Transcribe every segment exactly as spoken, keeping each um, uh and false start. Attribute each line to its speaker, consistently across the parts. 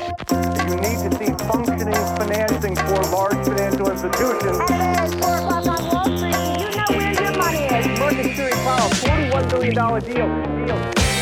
Speaker 1: You need to see functioning financing for large financial institutions.
Speaker 2: Hello, it's four o'clock on Wall Street. You know where your money is.
Speaker 1: Market Security Powell, forty-one billion dollars deal. deal.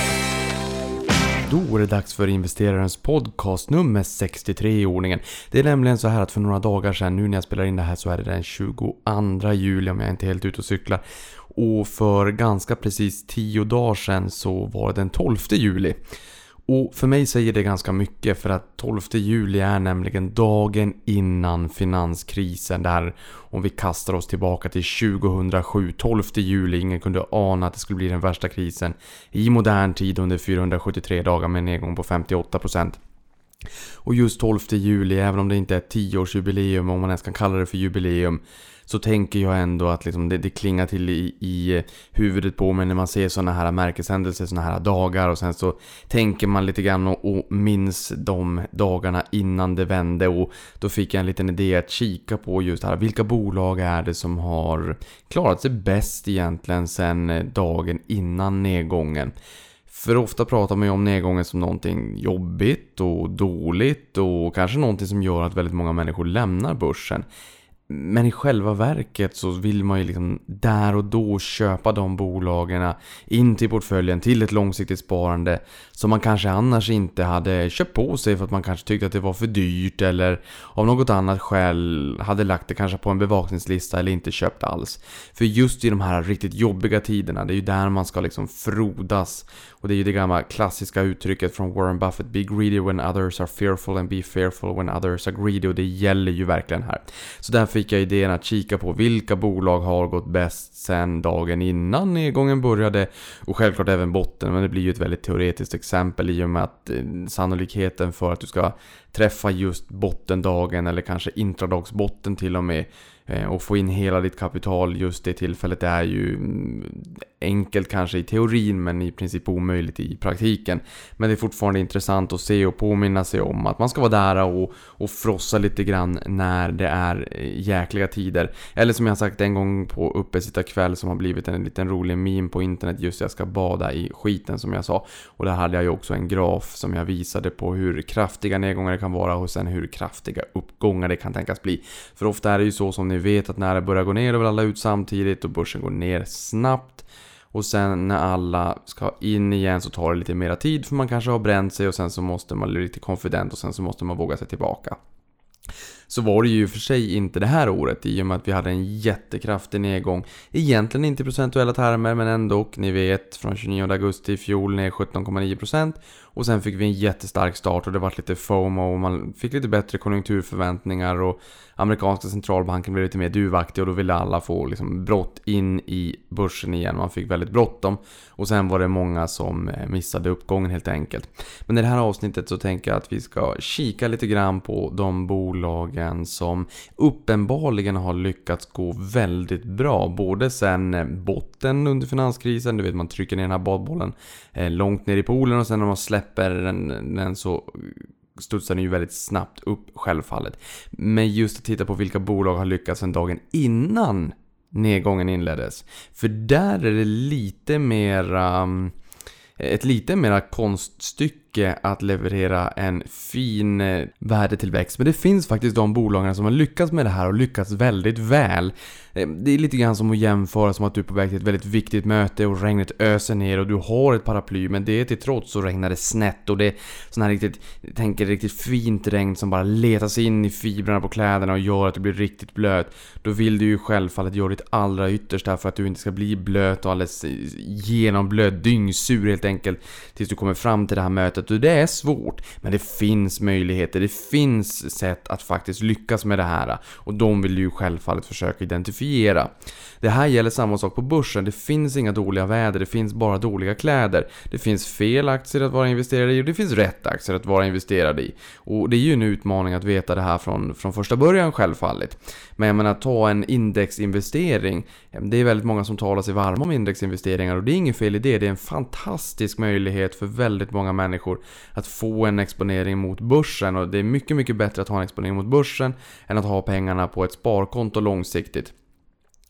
Speaker 3: Då är det dags för investerarens podcast nummer sextiotre i ordningen. Det är nämligen så här att för några dagar sedan, nu när jag spelar in det här, så är det den tjugoandra juli om jag inte är helt ute och cyklar. Och för ganska precis tio dagar sedan så var det den tolfte juli. Och för mig säger det ganska mycket, för att tolfte juli är nämligen dagen innan finanskrisen, där om vi kastar oss tillbaka till tjugohundrasju, tolfte juli, ingen kunde ana att det skulle bli den värsta krisen i modern tid under fyrahundrasjuttiotre dagar med en nedgång på femtioåtta procent. Och just tolfte juli, även om det inte är ett tioårsjubileum, om man ens kan kalla det för jubileum, så tänker jag ändå att liksom det, det klingar till i, i huvudet på mig när man ser såna här märkeshändelser, såna här dagar, och sen så tänker man lite grann och, och minns de dagarna innan det vände. Och då fick jag en liten idé att kika på just här, vilka bolag är det som har klarat sig bäst egentligen sen dagen innan nedgången. För ofta pratar man ju om nedgången som någonting jobbigt och dåligt och kanske någonting som gör att väldigt många människor lämnar börsen. Men i själva verket så vill man ju liksom där och då köpa de bolagen in till portföljen, till ett långsiktigt sparande som man kanske annars inte hade köpt på sig, för att man kanske tyckte att det var för dyrt, eller av något annat skäl hade lagt det kanske på en bevakningslista eller inte köpt alls. För just i de här riktigt jobbiga tiderna, det är ju där man ska liksom frodas. Och det är ju det gamla klassiska uttrycket från Warren Buffett: be greedy when others are fearful and be fearful when others are greedy. Och det gäller ju verkligen här. Så där fick jag idén att kika på vilka bolag har gått bäst sen dagen innan nedgången började, och självklart även botten. Men det blir ju ett väldigt teoretiskt exempel i och med att sannolikheten för att du ska träffa just bottendagen, eller kanske intradagsbotten till och med, och få in hela ditt kapital just det tillfället är ju enkelt kanske i teorin, men i princip omöjligt i praktiken. Men det är fortfarande intressant att se och påminna sig om att man ska vara där och, och frossa lite grann när det är jäkliga tider. Eller som jag sagt en gång på uppesittarkväll, som har blivit en liten rolig meme på internet, just jag ska bada i skiten som jag sa. Och där hade jag ju också en graf som jag visade på hur kraftiga nedgångar det kan vara och sen hur kraftiga uppgångar det kan tänkas bli. För ofta är det ju så, som ni vet, att när det börjar gå ner då vill alla ut samtidigt och börsen går ner snabbt. Och sen när alla ska in igen så tar det lite mera tid, för man kanske har bränt sig och sen så måste man bli lite confident och sen så måste man våga sig tillbaka. Så var det ju för sig inte det här året, i och med att vi hade en jättekraftig nedgång. Egentligen inte i procentuella termer, men ändå, ni vet, från tjugonionde augusti i fjol ner sjutton komma nio procent. Och sen fick vi en jättestark start och det var lite FOMO och man fick lite bättre konjunkturförväntningar och amerikanska centralbanken blev lite mer duvaktig, och då ville alla få liksom brott in i börsen igen. Man fick väldigt bråttom och sen var det många som missade uppgången helt enkelt. Men i det här avsnittet så tänker jag att vi ska kika lite grann på de bolagen som uppenbarligen har lyckats gå väldigt bra, både sen botten under finanskrisen, du vet, man trycker ner den här badbollen eh, långt ner i poolen, och sen när man släpper den, den så studsar den ju väldigt snabbt upp självfallet. Men just att titta på vilka bolag har lyckats en dagen innan nedgången inleddes, för där är det lite mer um, ett lite mera konststycke att leverera en fin värdetillväxt. Men det finns faktiskt de bolagen som har lyckats med det här och lyckats väldigt väl. Det är lite grann som att jämföra som att du är på väg till ett väldigt viktigt möte och regnet öser ner och du har ett paraply, men det är till trots så regnar det snett, och det är sån här riktigt, tänker riktigt fint regn som bara letar sig in i fibrerna på kläderna och gör att du blir riktigt blöt. Då vill du ju självfallet göra ditt allra yttersta för att du inte ska bli blöt och alldeles genomblöt, dyngsur helt enkelt, tills du kommer fram till det här mötet. Och det är svårt, men det finns möjligheter, det finns sätt att faktiskt lyckas med det här, och de vill ju självfallet försöka identifiera. Det här gäller samma sak på börsen. Det finns inga dåliga väder, det finns bara dåliga kläder. Det finns fel aktier att vara investerad i och det finns rätt aktier att vara investerad i. Och det är ju en utmaning att veta det här från, från första början självfallet. Men jag menar, ta en indexinvestering. Det är väldigt många som talar sig varma om indexinvesteringar, och det är ingen fel i det. Det är en fantastisk möjlighet för väldigt många människor att få en exponering mot börsen, och det är mycket mycket bättre att ha en exponering mot börsen än att ha pengarna på ett sparkonto långsiktigt.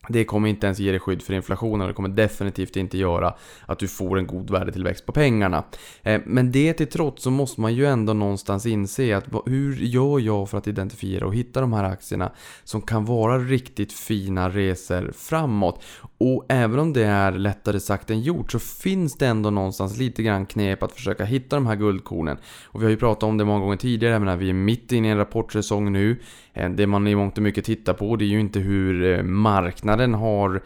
Speaker 3: Det kommer inte ens ge dig skydd för inflationen och det kommer definitivt inte göra att du får en god värdetillväxt på pengarna. Eh, men det till trots så måste man ju ändå någonstans inse att hur gör jag för att identifiera och hitta de här aktierna som kan vara riktigt fina resor framåt. Och även om det är lättare sagt än gjort så finns det ändå någonstans lite grann knep att försöka hitta de här guldkornen. Och vi har ju pratat om det många gånger tidigare, men vi är mitt inne i en rapportsäsong nu. Det man i mångt och mycket tittar på, det är ju inte hur marknaden har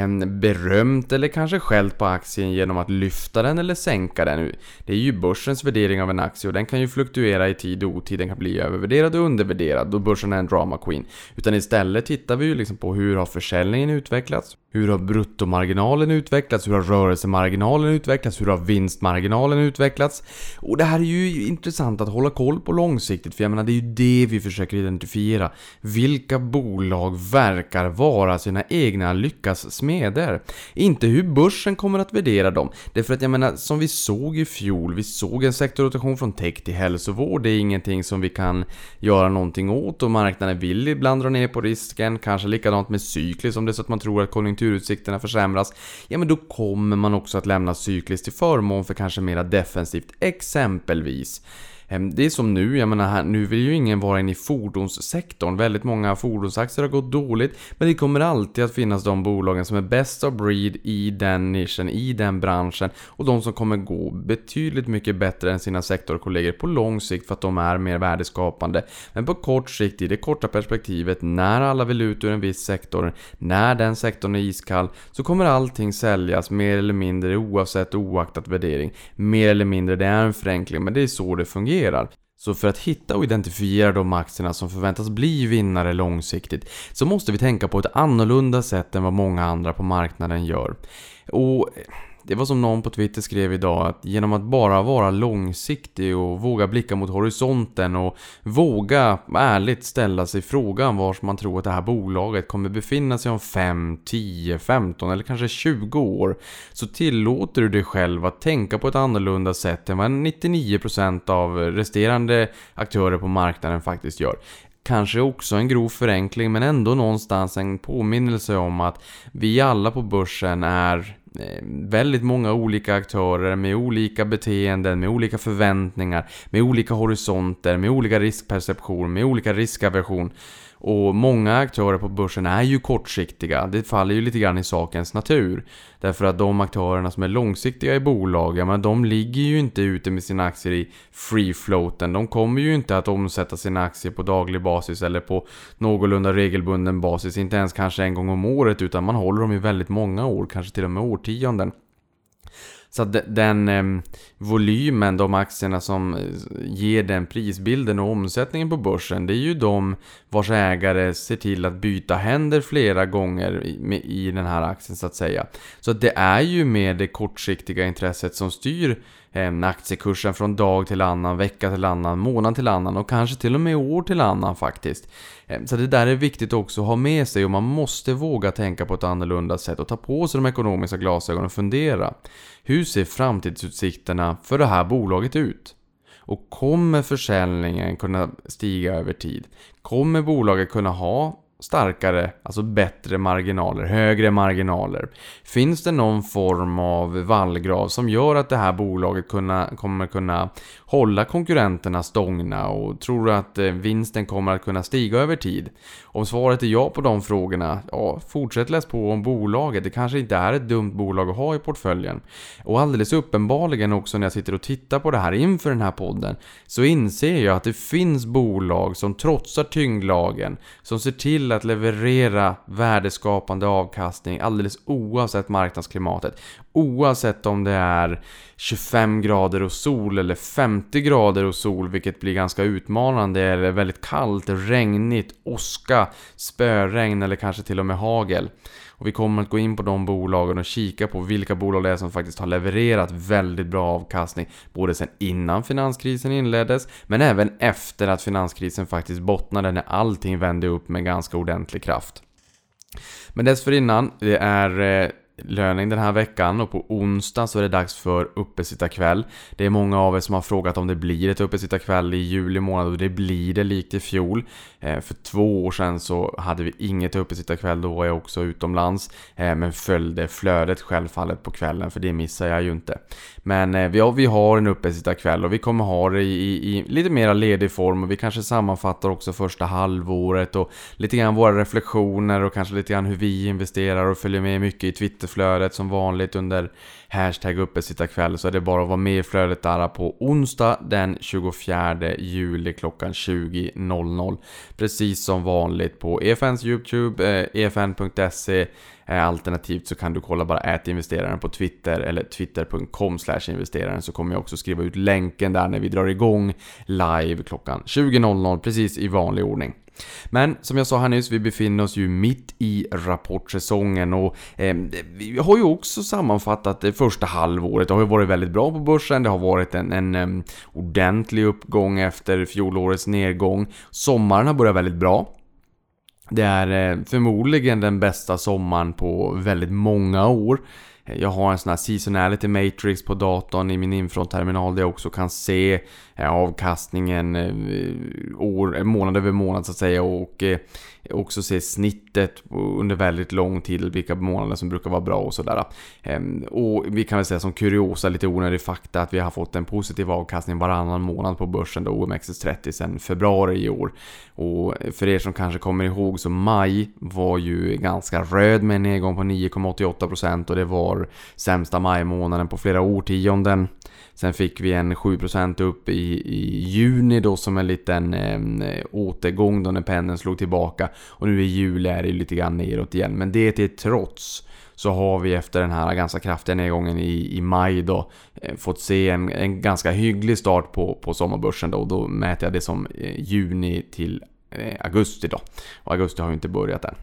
Speaker 3: berömt eller kanske skällt på aktien genom att lyfta den eller sänka den. Det är ju börsens värdering av en aktie och den kan ju fluktuera i tid och otid. Den kan bli övervärderad och undervärderad och börsen är en drama queen. Utan istället tittar vi ju liksom på hur har försäljningen utvecklats, hur har bruttomarginalen utvecklats, hur har rörelsemarginalen utvecklats, hur har vinstmarginalen utvecklats. Och det här är ju intressant att hålla koll på långsiktigt, för jag menar det är ju det vi försöker identifiera. Vilka bolag verkar vara sina egna lyckas smeder? Inte hur börsen kommer att värdera dem. Det är för att jag menar, som vi såg i fjol, vi såg en sektorrotation från tech till hälsovård. Det är ingenting som vi kan göra någonting åt och marknaden vill ibland dra ner på risken. Kanske likadant med cyklis, om det är så att man tror att konjunkturutsikterna försämras. Ja, men då kommer man också att lämna cyklis till förmån för kanske mera defensivt, exempelvis. Det är som nu, jag menar här, nu vill ju ingen vara inne i fordonssektorn. Väldigt många fordonsaktier har gått dåligt, men det kommer alltid att finnas de bolagen som är best of breed i den nischen, i den branschen, och de som kommer gå betydligt mycket bättre än sina sektorkollegor på lång sikt för att de är mer värdeskapande. Men på kort sikt, i det korta perspektivet, när alla vill ut ur en viss sektor, när den sektorn är iskall, så kommer allting säljas mer eller mindre oavsett oaktat värdering. Mer eller mindre, det är en förenkling, men det är så det fungerar. Så för att hitta och identifiera de aktierna som förväntas bli vinnare långsiktigt så måste vi tänka på ett annorlunda sätt än vad många andra på marknaden gör. Och det var som någon på Twitter skrev idag, att genom att bara vara långsiktig och våga blicka mot horisonten och våga ärligt ställa sig frågan var man tror att det här bolaget kommer befinna sig om fem, tio, femton eller kanske tjugo år, så tillåter du dig själv att tänka på ett annorlunda sätt än vad nittionio procent av resterande aktörer på marknaden faktiskt gör. Kanske också en grov förenkling, men ändå någonstans en påminnelse om att vi alla på börsen är väldigt många olika aktörer med olika beteenden, med olika förväntningar, med olika horisonter, med olika riskperception, med olika riskaversion. Och många aktörer på börsen är ju kortsiktiga. Det faller ju lite grann i sakens natur. Därför att de aktörerna som är långsiktiga i bolag, men de ligger ju inte ute med sina aktier i free floaten. De kommer ju inte att omsätta sina aktier på daglig basis eller på någorlunda regelbunden basis. Inte ens kanske en gång om året, utan man håller dem i väldigt många år, kanske till och med årtionden. Så att den eh, volymen, de aktierna som ger den prisbilden och omsättningen på börsen, det är ju de vars ägare ser till att byta händer flera gånger i, i den här aktien så att säga. Så att det är ju med det kortsiktiga intresset som styr eh, aktiekursen från dag till annan, vecka till annan, månad till annan och kanske till och med år till annan faktiskt. Eh, så det där är viktigt också att ha med sig, och man måste våga tänka på ett annorlunda sätt och ta på sig de ekonomiska glasögonen och fundera. Hur ser framtidsutsikterna för det här bolaget ut? Och kommer försäljningen kunna stiga över tid? Kommer bolaget kunna ha starkare, alltså bättre marginaler, högre marginaler? Finns det någon form av vallgrav som gör att det här bolaget kunna, kommer kunna hålla konkurrenterna stångna, och tror att vinsten kommer att kunna stiga över tid? Om svaret är ja på de frågorna, ja, fortsätt läs på om bolaget. Det kanske inte är ett dumt bolag att ha i portföljen. Och alldeles uppenbarligen också när jag sitter och tittar på det här inför den här podden, så inser jag att det finns bolag som trotsar tyngdlagen, som ser till att leverera värdeskapande avkastning alldeles oavsett marknadsklimatet. Oavsett om det är tjugofem grader och sol eller femtio grader och sol, vilket blir ganska utmanande, eller väldigt kallt, regnigt, åska, spöregn eller kanske till och med hagel. Och vi kommer att gå in på de bolagen och kika på vilka bolag det är som faktiskt har levererat väldigt bra avkastning, både sedan innan finanskrisen inleddes, men även efter att finanskrisen faktiskt bottnade, när allting vände upp med ganska ordentlig kraft. Men dessförinnan, det är löning den här veckan och på onsdag så är det dags för uppesittarkväll. Det är många av er som har frågat om det blir ett uppesittarkväll i juli månad och det blir det likt i fjol. Eh, för två år sedan så hade vi inget uppesittarkväll, då var jag också utomlands eh, men följde flödet självfallet på kvällen, för det missar jag ju inte. Men eh, vi, har, vi har en uppesittarkväll och vi kommer ha det i, i, i lite mer ledig form, och vi kanske sammanfattar också första halvåret och lite grann våra reflektioner och kanske lite grann hur vi investerar och följer med mycket i Twitterflödet som vanligt under hashtag uppesittarkväll. Så är det bara att vara med i flödet där på onsdag den tjugofjärde juli klockan tjugo noll noll. Precis som vanligt på E F N:s YouTube, eh, E F N punkt se. Eh, alternativt så kan du kolla bara ät investeraren på Twitter eller twitter punkt com slash investeraren, så kommer jag också skriva ut länken där när vi drar igång live klockan tjugo noll noll precis i vanlig ordning. Men som jag sa här nyss, vi befinner oss ju mitt i rapportsäsongen och eh, vi har ju också sammanfattat det första halvåret. Det har ju varit väldigt bra på börsen, det har varit en, en um, ordentlig uppgång efter fjolårets nedgång. Sommaren har börjat väldigt bra. Det är eh, förmodligen den bästa sommaren på väldigt många år. Jag har en sån här seasonality matrix på datorn i min infront-terminal där jag också kan se eh, avkastningen eh, år, månad över månad så att säga, och eh, också se snittet under väldigt lång tid, vilka månader som brukar vara bra och sådär. Eh, och vi kan väl säga som kuriosa, lite onödig fakta, att vi har fått en positiv avkastning varannan månad på börsen då O M X S trettio sedan februari i år. Och för er som kanske kommer ihåg så maj var ju ganska röd med en nedgång på nio komma åttioåtta procent och det var sämsta majmånaden på flera årtionden. Sen fick vi en sju procent upp i, i juni då som en liten eh, återgång då när pendeln slog tillbaka, och nu i juli är det lite grann neråt igen. Men det till trots så har vi efter den här ganska kraftiga nedgången i, i maj då eh, fått se en, en ganska hygglig start på, på sommarbörsen då, och då mäter jag det som eh, juni till eh, augusti då, och augusti har ju inte börjat än.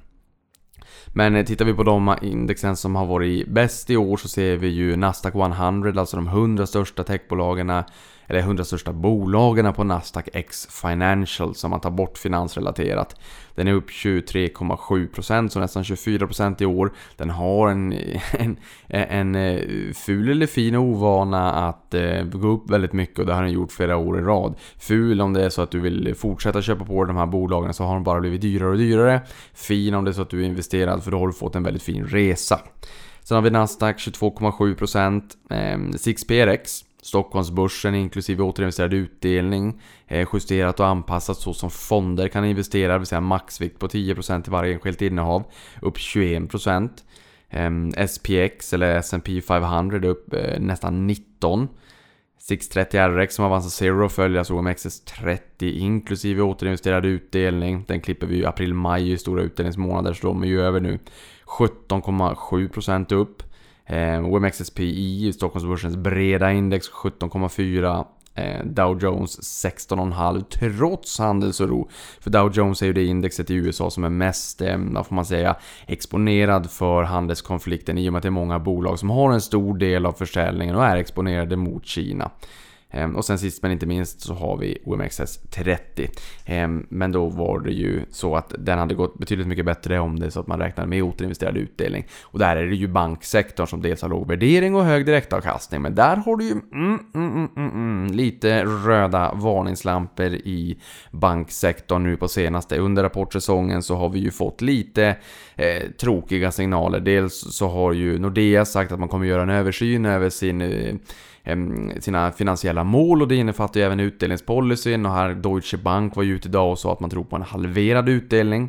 Speaker 3: Men tittar vi på de indexen som har varit bäst i år så ser vi ju Nasdaq hundra, alltså de hundra största techbolagen, eller hundra största bolagen på Nasdaq X Financial som man tar bort finansrelaterat. Den är upp tjugotre komma sju procent, så nästan tjugofyra procent i år. Den har en, en, en ful eller fin ovana att eh, gå upp väldigt mycket, och det har den gjort flera år i rad. Ful om det är så att du vill fortsätta köpa på de här bolagen, så har de bara blivit dyrare och dyrare. Fin om det är så att du är investerad, för då har du fått en väldigt fin resa. Sen har vi Nasdaq tjugotvå komma sju procent, eh, sex P R X. Stockholmsbörsen inklusive återinvesterad utdelning eh, justerat och anpassat så som fonder kan investera, det vill säga maxvikt på tio procent i varje enskilt innehav, upp tjugoen procent. eh, S P X eller S and P femhundra upp eh, nästan nitton. sexhundratrettio R X som Avanza Zero följer O M X S trettio inklusive återinvesterad utdelning. Den klipper vi ju april-maj i stora utdelningsmånader, så de är ju över nu. sjutton komma sju procent upp. Eh, O M X S P I, Stockholmsbörsens breda index, sjutton komma fyra. eh, Dow Jones sexton komma fem trots handelsoro. För Dow Jones är ju det indexet i U S A som är mest, eh, vad får man säga, exponerad för handelskonflikten, i och med att det är många bolag som har en stor del av försäljningen och är exponerade mot Kina. Och sen sist men inte minst så har vi O M X S trettio. Men då var det ju så att den hade gått betydligt mycket bättre om det så att man räknar med återinvesterad utdelning. Och där är det ju banksektorn som dels har låg värdering och hög direktavkastning. Men där har du ju mm, mm, mm, mm, lite röda varningslampor i banksektorn nu på senaste. Under rapportsäsongen så har vi ju fått lite eh, tråkiga signaler. Dels så har ju Nordea sagt att man kommer göra en översyn över sin... Eh, sina finansiella mål, och det innefattar ju även utdelningspolicyn, och här Deutsche Bank var ju ute idag och sa att man tror på en halverad utdelning.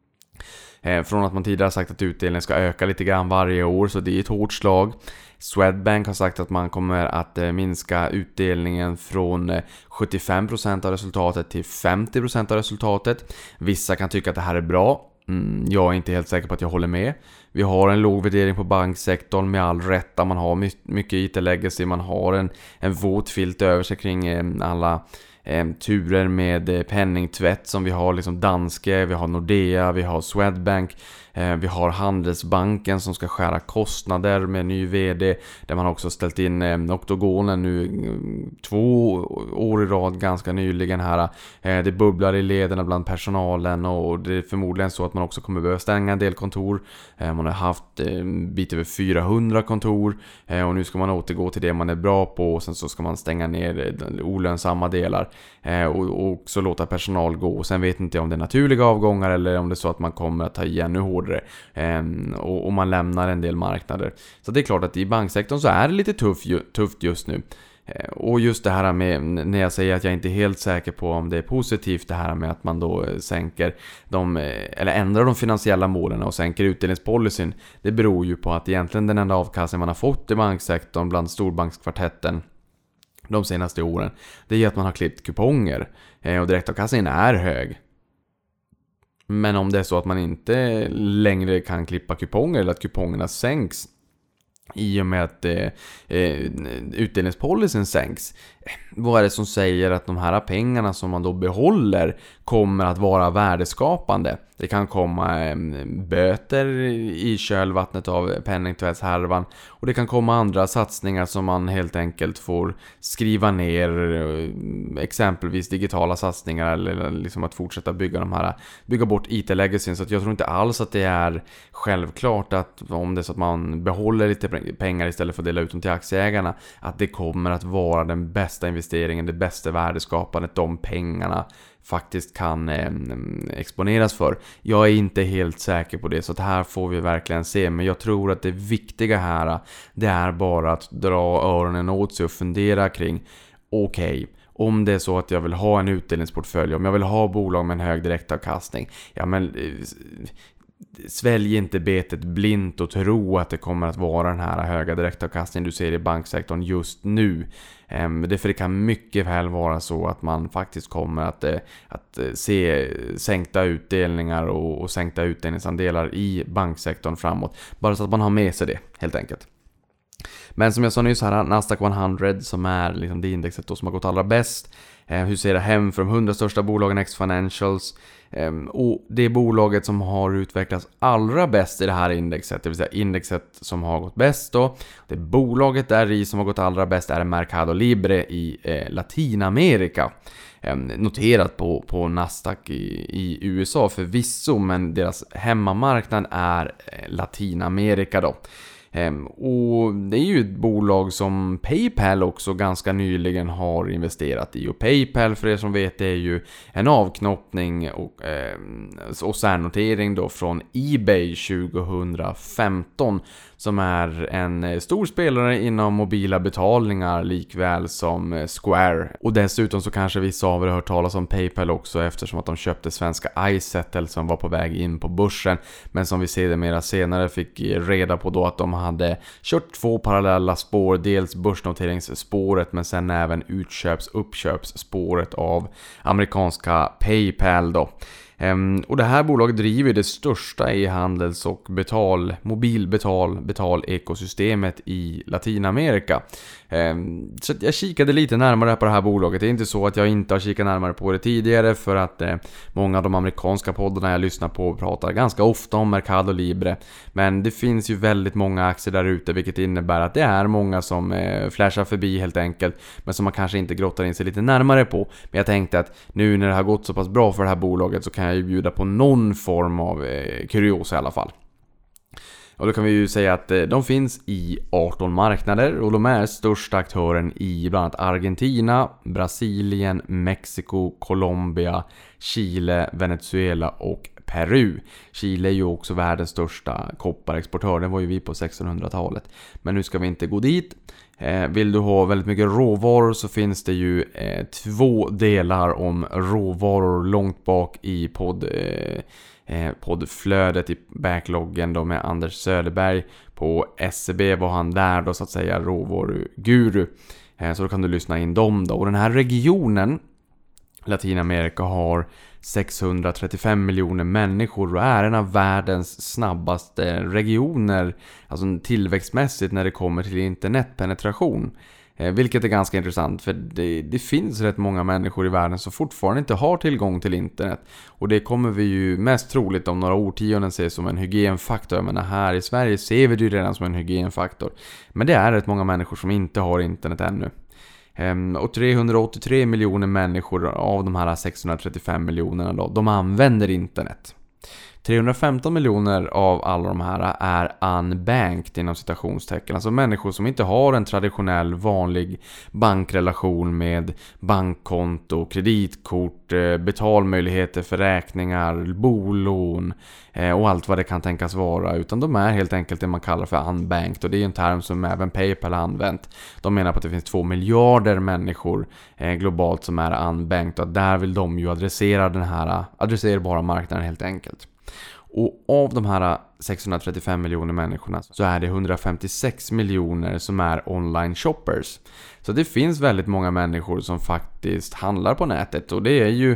Speaker 3: Från att man tidigare sagt att utdelningen ska öka lite grann varje år, så det är ett hårt slag. Swedbank har sagt att man kommer att minska utdelningen från sjuttiofem procent av resultatet till femtio procent av resultatet. Vissa kan tycka att det här är bra. Mm, jag är inte helt säker på att jag håller med. Vi har en låg värdering på banksektorn med all rätta. Man har mycket I T-legacy. Man har en, en våt filt över sig kring eh, alla eh, turer med eh, penningtvätt som vi har, liksom Danske, vi har Nordea, vi har Swedbank. Eh, vi har Handelsbanken som ska skära kostnader med ny vd, där man också ställt in eh, Octogonen nu eh, två år i rad ganska nyligen här. Eh, det bubblar i lederna bland personalen och det är förmodligen så att man också kommer behöva stänga en del kontor. Eh, man har haft eh, bit över fyrahundra kontor eh, och nu ska man återgå till det man är bra på och sen så ska man stänga ner de olönsamma delar eh, och, och också låta personal gå. Och sen vet inte jag om det är naturliga avgångar eller om det är så att man kommer att ta igen nu hårdare eh, och, och man lämnar en del marknader. Så det är klart att i banksektorn så är det lite tuff, ju, tufft just nu. Och just det här med, när jag säger att jag inte är helt säker på om det är positivt, det här med att man då sänker de, eller ändrar de finansiella målen och sänker utdelningspolicyn, det beror ju på att egentligen den enda avkastning man har fått i banksektorn bland storbankskvartetten de senaste åren, det är att man har klippt kuponger och direktavkastningen är hög. Men om det är så att man inte längre kan klippa kuponger eller att kupongerna sänks i och med att eh, utdelningspolicyn sänks, vad är det som säger att de här pengarna som man då behåller kommer att vara värdeskapande? Det kan komma eh, böter i kölvattnet av penningtvättshärvan och det kan komma andra satsningar som man helt enkelt får skriva ner, eh, exempelvis digitala satsningar eller liksom att fortsätta bygga de här, bygga bort I T-legacyn. Så att jag tror inte alls att det är självklart att om det är så att man behåller lite pengar istället för att dela ut dem till aktieägarna, att det kommer att vara den bästa investeringen, det bästa värdeskapandet de pengarna faktiskt kan eh, exponeras för. Jag är inte helt säker på det, så att här får vi verkligen se. Men jag tror att det viktiga här, det är bara att dra öronen åt sig och fundera kring, okej, okay, om det är så att jag vill ha en utdelningsportfölj, om jag vill ha bolag med en hög direktavkastning, ja men svälj inte betet blint och tro att det kommer att vara den här höga direktavkastningen du ser i banksektorn just nu. Därför det kan mycket väl vara så att man faktiskt kommer att, att se sänkta utdelningar och, och sänkta utdelningsandelar i banksektorn framåt. Bara så att man har med sig det helt enkelt. Men som jag sa nyss här, Nasdaq hundra som är liksom det indexet då som har gått allra bäst. Eh, hur ser det hem för de hundra största bolagen, X Financials? Eh, och det bolaget som har utvecklats allra bäst i det här indexet, det vill säga indexet som har gått bäst då. Det bolaget där i som har gått allra bäst är Mercado Libre i eh, Latinamerika. Eh, noterat på, på Nasdaq i, i U S A förvisso, men deras hemmamarknad är eh, Latinamerika då. Um, och det är ju ett bolag som PayPal också ganska nyligen har investerat i. Och PayPal, för er som vet, det är ju en avknoppning och, um, och särnotering då från eBay tjugohundrafemton, som är en stor spelare inom mobila betalningar likväl som Square. Och dessutom så kanske vissa av er har hört talas om PayPal också, eftersom att de köpte svenska iSettle som var på väg in på börsen, men som vi ser det mera senare fick reda på då att de hade kört två parallella spår, dels börsnoteringsspåret men sen även utköps-uppköpsspåret av amerikanska PayPal då. Um, och det här bolaget driver det största e-handels- och betal, mobilbetal betal ekosystemet i Latinamerika. Um, så jag kikade lite närmare på det här bolaget. Det är inte så att jag inte har kikat närmare på det tidigare, för att eh, många av de amerikanska poddarna jag lyssnar på pratar ganska ofta om Mercado Libre. Men det finns ju väldigt många aktier där ute, vilket innebär att det är många som eh, flashar förbi helt enkelt, men som man kanske inte grottar in sig lite närmare på. Men jag tänkte att nu när det har gått så pass bra för det här bolaget så kan jag ju bjuda på någon form av eh, kuriosa i alla fall. Och då kan vi ju säga att eh, de finns i arton marknader och de är största aktören i bland annat Argentina, Brasilien, Mexiko, Colombia, Chile, Venezuela och Peru. Chile är ju också världens största kopparexportör. Den var ju vi på sextonhundratalet. Men nu ska vi inte gå dit. Eh, vill du ha väldigt mycket råvaror så finns det ju eh, två delar om råvaror långt bak i podd, eh, eh, poddflödet i backloggen då med Anders Söderberg. På S E B var han där då så att säga råvaruguru. Eh, så då kan du lyssna in dem då. Och den här regionen, Latinamerika, har sexhundratrettiofem miljoner människor och är en av världens snabbaste regioner, alltså tillväxtmässigt när det kommer till internetpenetration. Eh, vilket är ganska intressant, för det, det finns rätt många människor i världen som fortfarande inte har tillgång till internet. Och det kommer vi ju mest troligt om några årtionden se som en hygienfaktor. Jag menar, här i Sverige ser vi det ju redan som en hygienfaktor. Men det är rätt många människor som inte har internet ännu. Och trehundraåttiotre miljoner människor av de här sexhundratrettiofem miljonerna då, de använder internet. trehundrafemton miljoner av alla de här är unbanked inom citationstecken. Alltså människor som inte har en traditionell vanlig bankrelation med bankkonto, kreditkort, betalmöjligheter för räkningar, bolån och allt vad det kan tänkas vara. Utan de är helt enkelt det man kallar för unbanked. Och det är en term som även PayPal har använt. De menar på att det finns två miljarder människor globalt som är unbanked. Och där vill de ju adressera den här adresserbara marknaden helt enkelt. Och av de här sexhundratrettiofem miljoner människorna så är det hundrafemtiosex miljoner som är online shoppers. Så det finns väldigt många människor som faktiskt handlar på nätet. Och det är ju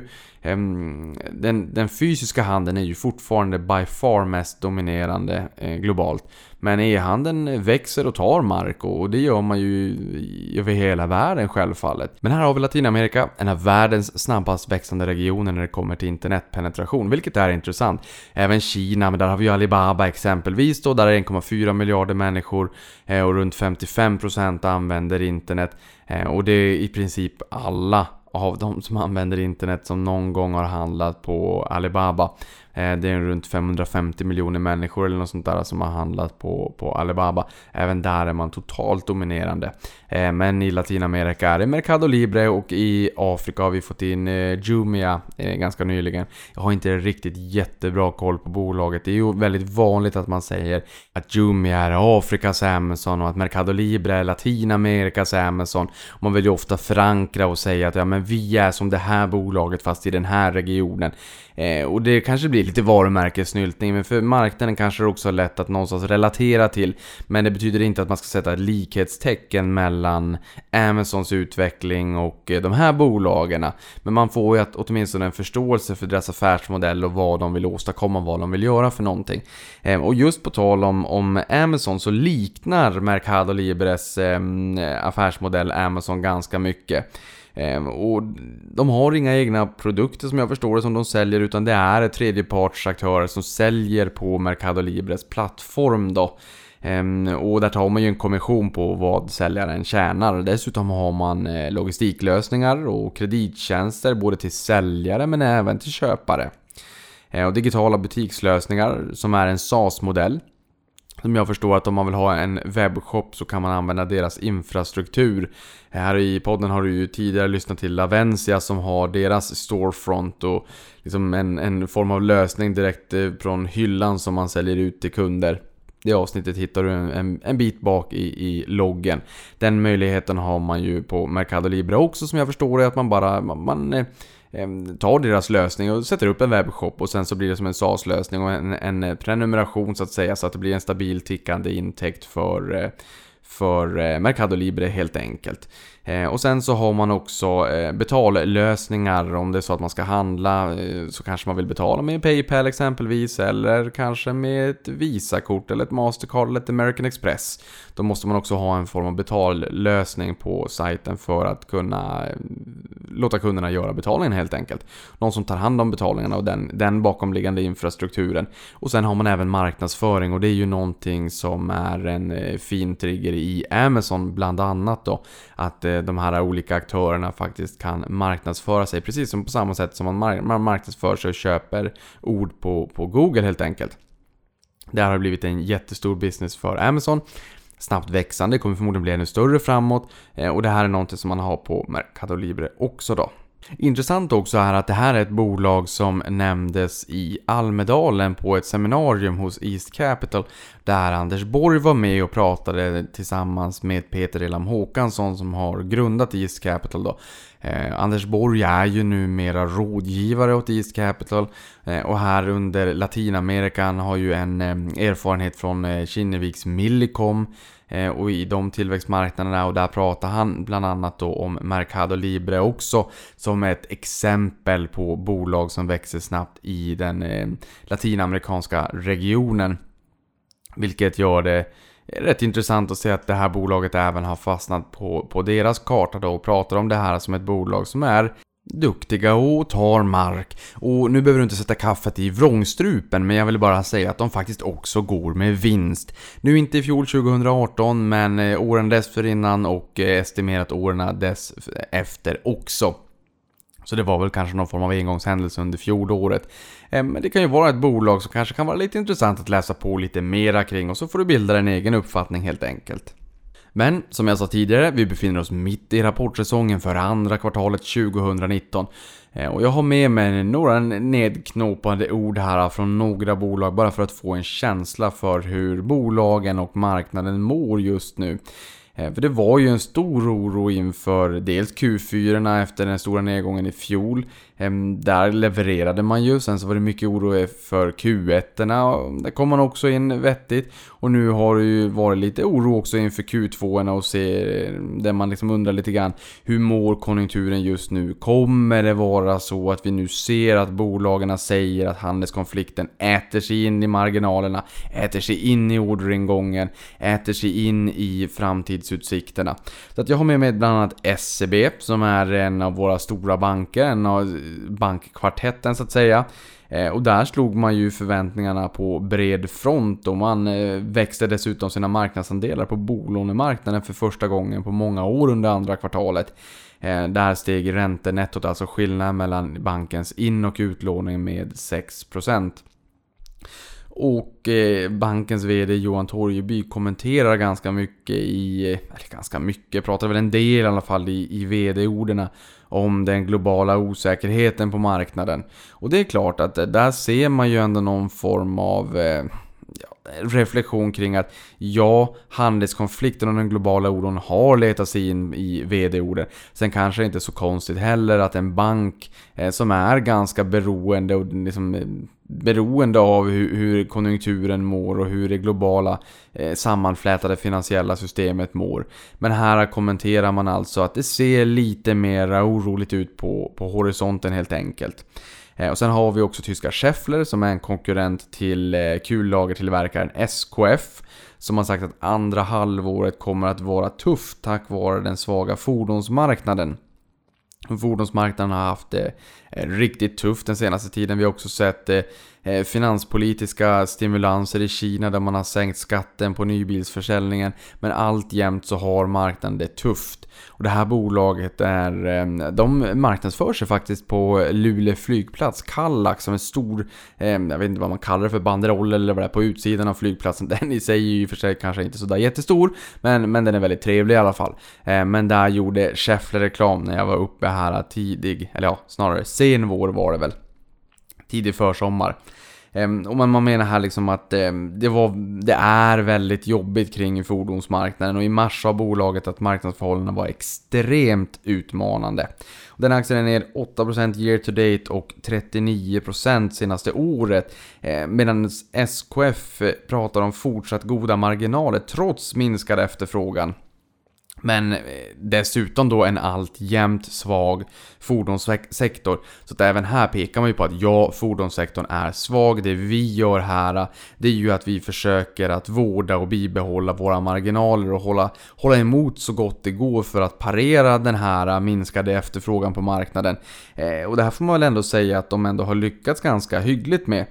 Speaker 3: um, den, den fysiska handeln är ju fortfarande by far mest dominerande eh, globalt. Men e-handeln växer och tar mark, och det gör man ju över hela världen självfallet. Men här har vi Latinamerika, en av världens snabbast växande regioner när det kommer till internetpenetration, vilket är intressant. Även Kina, men där har vi Alibaba exempelvis då, där är en komma fyra miljarder människor eh, och runt femtiofem procent använder internet. Eh, och det är i princip alla av de som använder internet som någon gång har handlat på Alibaba. Det är runt femhundrafemtio miljoner människor eller något sånt där som har handlat på, på Alibaba. Även där är man totalt dominerande. Men i Latinamerika är det Mercado Libre, och i Afrika har vi fått in Jumia ganska nyligen. Jag har inte riktigt jättebra koll på bolaget. Det är ju väldigt vanligt att man säger att Jumia är Afrikas Amazon och att Mercado Libre är Latinamerikas Amazon. Man vill ju ofta förankra och säga att ja, men vi är som det här bolaget fast i den här regionen. Eh, och det kanske blir lite varumärkesnyltning, men för marknaden kanske det också är lätt att någonstans relatera till. Men det betyder inte att man ska sätta ett likhetstecken mellan Amazons utveckling och eh, de här bolagen. Men man får ju att, åtminstone en förståelse för deras affärsmodell och vad de vill åstadkomma, vad de vill göra för någonting. Eh, och just på tal om, om Amazon så liknar Mercado Libres eh, affärsmodell Amazon ganska mycket. Och de har inga egna produkter som jag förstår det som de säljer, utan det är ett tredjepartsaktörer som säljer på Mercado Libres plattform då. Och där tar man ju en kommission på vad säljaren tjänar. Dessutom har man logistiklösningar och kredittjänster både till säljare men även till köpare. Och digitala butikslösningar som är en SaaS-modell. Som jag förstår att om man vill ha en webbshop så kan man använda deras infrastruktur. Här i podden har du ju tidigare lyssnat till Lavencia som har deras storefront och liksom en, en form av lösning direkt från hyllan som man säljer ut till kunder. Det avsnittet hittar du en, en, en bit bak i, i loggen. Den möjligheten har man ju på Mercado Libre också, som jag förstår det, att man bara man, man tar deras lösning och sätter upp en webbshop och sen så blir det som en SaaS-lösning och en, en prenumeration så att säga, så att det blir en stabil tickande intäkt för, för Mercado Libre helt enkelt. Och sen så har man också betallösningar. Om det är så att man ska handla så kanske man vill betala med PayPal exempelvis, eller kanske med ett Visa-kort eller ett Mastercard eller ett American Express. Då måste man också ha en form av betallösning på sajten för att kunna låta kunderna göra betalningen helt enkelt. Någon som tar hand om betalningarna och den, den bakomliggande infrastrukturen. Och sen har man även marknadsföring, och det är ju någonting som är en fin trigger i Amazon bland annat då, att de här olika aktörerna faktiskt kan marknadsföra sig precis som på samma sätt som man marknadsför sig och köper ord på, på Google helt enkelt. Det här har blivit en jättestor business för Amazon. Snabbt växande, kommer förmodligen bli ännu större framåt, och det här är någonting som man har på Mercado Libre också då. Intressant också är att det här är ett bolag som nämndes i Almedalen på ett seminarium hos East Capital, där Anders Borg var med och pratade tillsammans med Peter Elam Håkansson som har grundat East Capital då. Eh, Anders Borg är ju numera rådgivare åt East Capital, eh, och här under Latinamerika har ju en eh, erfarenhet från eh, Kinneviks Millicom eh, och i de tillväxtmarknaderna, och där pratar han bland annat då om Mercado Libre också som ett exempel på bolag som växer snabbt i den eh, latinamerikanska regionen, vilket gör det rätt intressant att se att det här bolaget även har fastnat på, på deras karta då och pratar om det här som ett bolag som är duktiga och tar mark. Och nu behöver du inte sätta kaffet i vrångstrupen, men jag vill bara säga att de faktiskt också går med vinst. Nu inte i fjol tjugo arton, men åren dessförinnan och estimerat åren dess efter också. Så det var väl kanske någon form av engångshändelse under fjolåret. Men det kan ju vara ett bolag som kanske kan vara lite intressant att läsa på lite mera kring, och så får du bilda en egen uppfattning helt enkelt. Men som jag sa tidigare, vi befinner oss mitt i rapportsäsongen för andra kvartalet tjugonitton. Och jag har med mig några nedknåpade ord här från några bolag bara för att få en känsla för hur bolagen och marknaden mår just nu. För det var ju en stor oro inför dels Q fyra efter den stora nedgången i fjol. Där levererade man ju, sen så var det mycket oro för Q ett-erna. Där kom man också in vettigt. Och nu har det ju varit lite oro också inför Q två-erna och se, där man liksom undrar lite grann, hur mår konjunkturen just nu? Kommer det vara så att vi nu ser att bolagen säger att handelskonflikten äter sig in i marginalerna, äter sig in i orderingången, äter sig in i framtidsutsikterna? Så att jag har med mig bland annat S E B som är en av våra stora banker, en av bankkvartetten så att säga. Och där slog man ju förväntningarna på bred front, och man växte dessutom sina marknadsandelar på bolånemarknaden för första gången på många år under andra kvartalet. Där steg räntenettot, alltså skillnaden mellan bankens in- och utlåning, med sex procent. Och eh, bankens vd Johan Torgeby kommenterar ganska mycket i, eller ganska mycket, pratar väl en del i alla fall i, i vd-orderna om den globala osäkerheten på marknaden. Och det är klart att där ser man ju ändå någon form av eh, reflektion kring att ja, handelskonflikten och den globala oron har letat sig in i vd-orden. Sen kanske det inte är så konstigt heller att en bank eh, som är ganska beroende och liksom, eh, beroende av hur, hur konjunkturen mår och hur det globala eh, sammanflätade finansiella systemet mår. Men här kommenterar man alltså att det ser lite mer oroligt ut på, på horisonten helt enkelt. Och sen har vi också tyska Schaeffler som är en konkurrent till kullagertillverkaren S K F, som har sagt att andra halvåret kommer att vara tufft tack vare den svaga fordonsmarknaden. Fordonsmarknaden har haft det riktigt tufft den senaste tiden. Vi har också sett eh, finanspolitiska stimulanser i Kina där man har sänkt skatten på nybilsförsäljningen, men alltjämt så har marknaden det tufft. Och det här bolaget är, eh, de marknadsför sig faktiskt på Luleå flygplats, Kallax, som en stor, eh, jag vet inte vad man kallar det för, banderoll eller vad det är på utsidan av flygplatsen. Den i sig är ju för sig kanske inte så där jättestor, men, men den är väldigt trevlig i alla fall. Eh, men där gjorde Schaeffler reklam när jag var uppe här tidig, eller ja, snarare sen vår var det väl, tidig försommar. Um, och man, man menar här liksom att um, det, var, det är väldigt jobbigt kring fordonsmarknaden, och i mars sa bolaget att marknadsförhållandena var extremt utmanande. Och den aktien är ner åtta procent year to date och trettionio procent senaste året, eh, medan S K F pratar om fortsatt goda marginaler trots minskad efterfrågan. Men dessutom då en alltjämt svag fordonssektor. Så att även här pekar man ju på att ja, fordonssektorn är svag. Det vi gör här, det är ju att vi försöker att vårda och bibehålla våra marginaler och hålla, hålla emot så gott det går för att parera den här minskade efterfrågan på marknaden. Eh, och det här får man väl ändå säga att de ändå har lyckats ganska hyggligt med.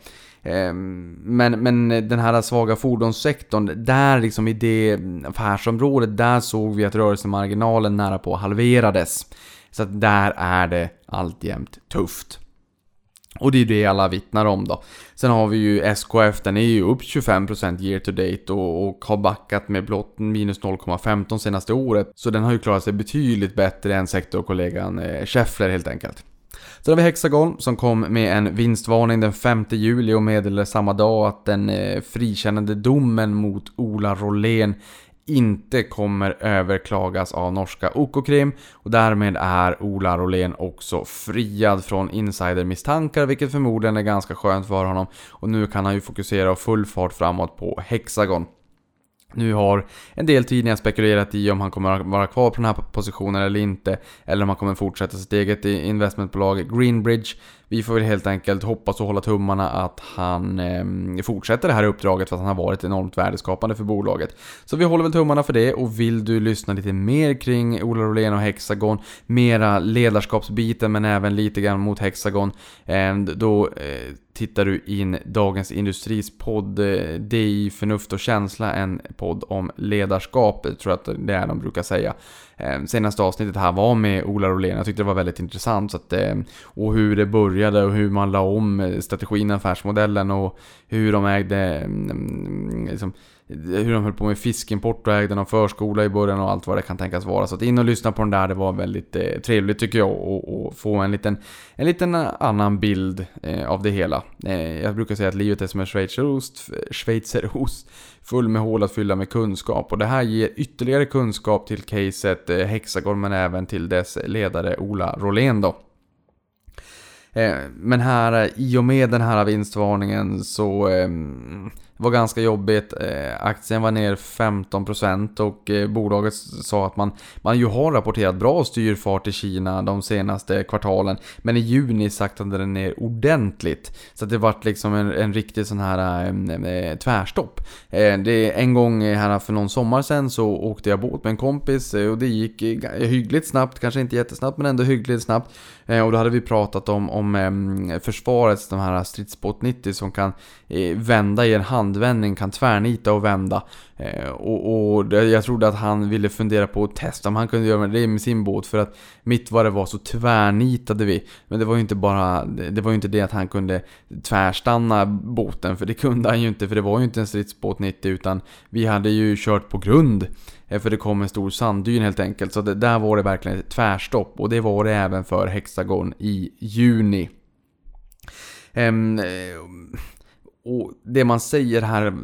Speaker 3: Men, men den här svaga fordonssektorn, där liksom i det affärsområdet, där såg vi att rörelsemarginalen nära på halverades. Så att där är det alltjämt tufft. Och det är det alla vittnar om då. Sen har vi ju S K F, den är ju upp tjugofem procent year to date och, och har backat med blott minus noll komma femton senaste året. Så den har ju klarat sig betydligt bättre än sektorkollegan eh, Schaeffler helt enkelt. Så har vi Hexagon som kom med en vinstvarning den femte juli och meddelade samma dag att den eh, frikännande domen mot Ola Rollén inte kommer överklagas av norska Økokrim, och därmed är Ola Rollén också friad från insidermisstankar, vilket förmodligen är ganska skönt för honom, och nu kan han ju fokusera och full fart framåt på Hexagon. Nu har en del tidningar spekulerat i om han kommer att vara kvar på den här positionen eller inte, eller om han kommer fortsätta sitt eget investmentbolag Greenbridge. vi får väl helt enkelt hoppas och hålla tummarna att han eh, fortsätter det här uppdraget, för att han har varit enormt värdeskapande för bolaget. Så vi håller väl tummarna för det, och vill du lyssna lite mer kring Ola Rolén och Hexagon, mera ledarskapsbiten men även lite grann mot Hexagon, eh, då eh, tittar du in Dagens Industris podd eh, D I Förnuft och Känsla, en podd om ledarskap, jag tror att det är de brukar säga. Eh, senaste avsnittet här var med Ola Rolén. Jag tyckte det var väldigt intressant, så att, eh, och hur det började och hur man la om strategin, affärsmodellen, och hur de ägde mm, liksom, hur de höll på med fiskimport och ägde någon förskola i början och allt vad det kan tänkas vara. Så att in och lyssna på den där, det var väldigt eh, trevligt tycker jag, och, och få en liten, en liten annan bild eh, av det hela. Eh, jag brukar säga att livet är som en schweizerost, schweizerost full med hål att fylla med kunskap, och det här ger ytterligare kunskap till caset eh, Hexagon, men även till dess ledare Ola Rolén då. Men här, i och med den här vinstvarningen, så eh, var ganska jobbigt. Eh, aktien var ner femton procent, och eh, bolaget sa att man, man ju har rapporterat bra styrfart i Kina de senaste kvartalen, men i juni saktade den ner ordentligt. Så att det var liksom en, en riktig sån här eh, tvärstopp. Eh, det, en gång här för någon sommar sedan så åkte jag båt med en kompis, eh, och det gick eh, hyggligt snabbt, kanske inte jättesnabbt men ändå hyggligt snabbt. Eh, och då hade vi pratat om, om eh, försvarets, de här stridsbåt nittio som kan eh, vända i en handvändning, kan tvärnita och vända. Eh, och, och jag trodde att han ville fundera på att testa om han kunde göra det med sin båt, för att mitt var det var så tvärnitade vi. Men det var ju inte bara, det var ju inte det att han kunde tvärstanna båten, för det kunde han ju inte, för det var ju inte en stridsbåt nittio, utan vi hade ju kört på grund. För det kom en stor sanddyn helt enkelt. Så det, där var det verkligen ett tvärstopp. Och det var det även för Hexagon i juni. Ehm, och det man säger här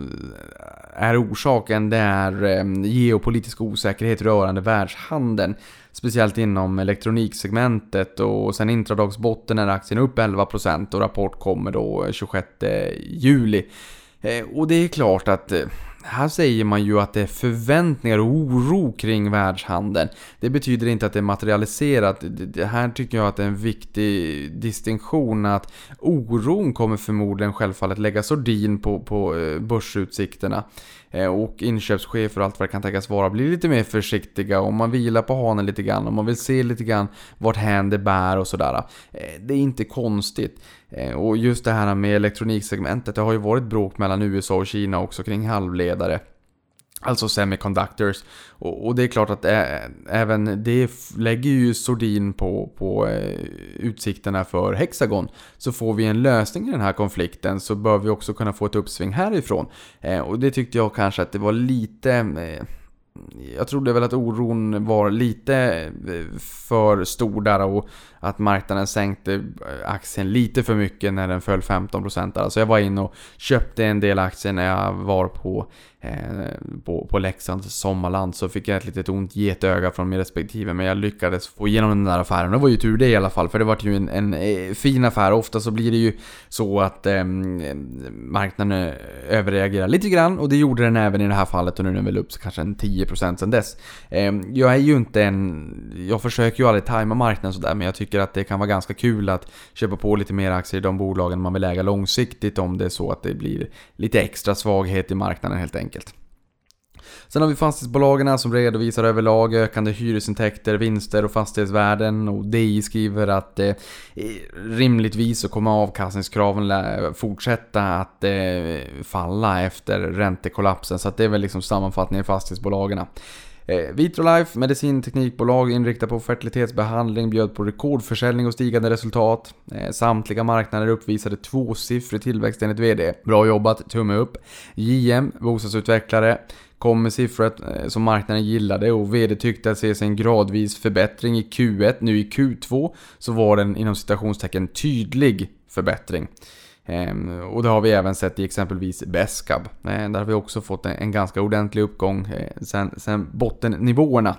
Speaker 3: är orsaken, det är eh, geopolitisk osäkerhet rörande världshandeln. Speciellt inom elektroniksegmentet, och sen intradagsbotten är aktien upp elva procent, och rapport kommer då tjugosjätte juli. Eh, och det är klart att eh, här säger man ju att det är förväntningar och oro kring världshandeln. Det betyder inte att det är materialiserat. Det här tycker jag att det är en viktig distinktion, att oron kommer förmodligen självfallet lägga sordin på, på börsutsikterna. Och inköpschefer och allt vad det kan tänkas vara blir lite mer försiktiga, och man vilar på hanen lite grann, och man vill se lite grann vart händer bär och sådär. Det är inte konstigt. Och just det här med elektroniksegmentet, det har ju varit bråk mellan U S A och Kina också kring halvledare, alltså semiconductors, och, och det är klart att ä, även det lägger ju sordin på, på eh, utsikterna för Hexagon. Så får vi en lösning i den här konflikten, så bör vi också kunna få ett uppsving härifrån. Eh, och det tyckte jag kanske att det var lite... Eh, jag trodde väl att oron var lite för stor där, och att marknaden sänkte aktien lite för mycket när den föll femton procent. Alltså jag var in och köpte en del aktier när jag var på, eh, på, på Leksands sommarland, så fick jag ett litet ont getöga från min respektive, men jag lyckades få igenom den där affären. Det var ju tur det i alla fall, för det var ju en, en, en fin affär. Ofta så blir det ju så att eh, marknaden överreagerar lite grann, och det gjorde den även i det här fallet, och nu är den väl upp så kanske en tio procent sedan dess. Eh, jag är ju inte en... Jag försöker ju aldrig tajma marknaden sådär, men jag tycker att det kan vara ganska kul att köpa på lite mer aktier i de bolagen man vill äga långsiktigt, om det är så att det blir lite extra svaghet i marknaden helt enkelt. Sen har vi fastighetsbolagen som redovisar överlag ökande hyresintäkter, vinster och fastighetsvärden, och D I skriver att eh, rimligtvis så kommer avkastningskraven fortsätta att eh, falla efter räntekollapsen, så att det är väl liksom sammanfattningen i fastighetsbolagen. Eh, Vitrolife, medicinteknikbolag inriktat på fertilitetsbehandling, bjöd på rekordförsäljning och stigande resultat. Eh, samtliga marknader uppvisade tvåsiffrig tillväxt enligt vd. Bra jobbat, tumme upp. J M, bostadsutvecklare, kom med siffror eh, som marknaden gillade, och vd tyckte att se sig en gradvis förbättring i Q ett. Nu i Q två så var den inom citationstecken tydlig förbättring. Um, och det har vi även sett i exempelvis Beskab. Uh, där har vi också fått en, en ganska ordentlig uppgång uh, sen, sen bottennivåerna.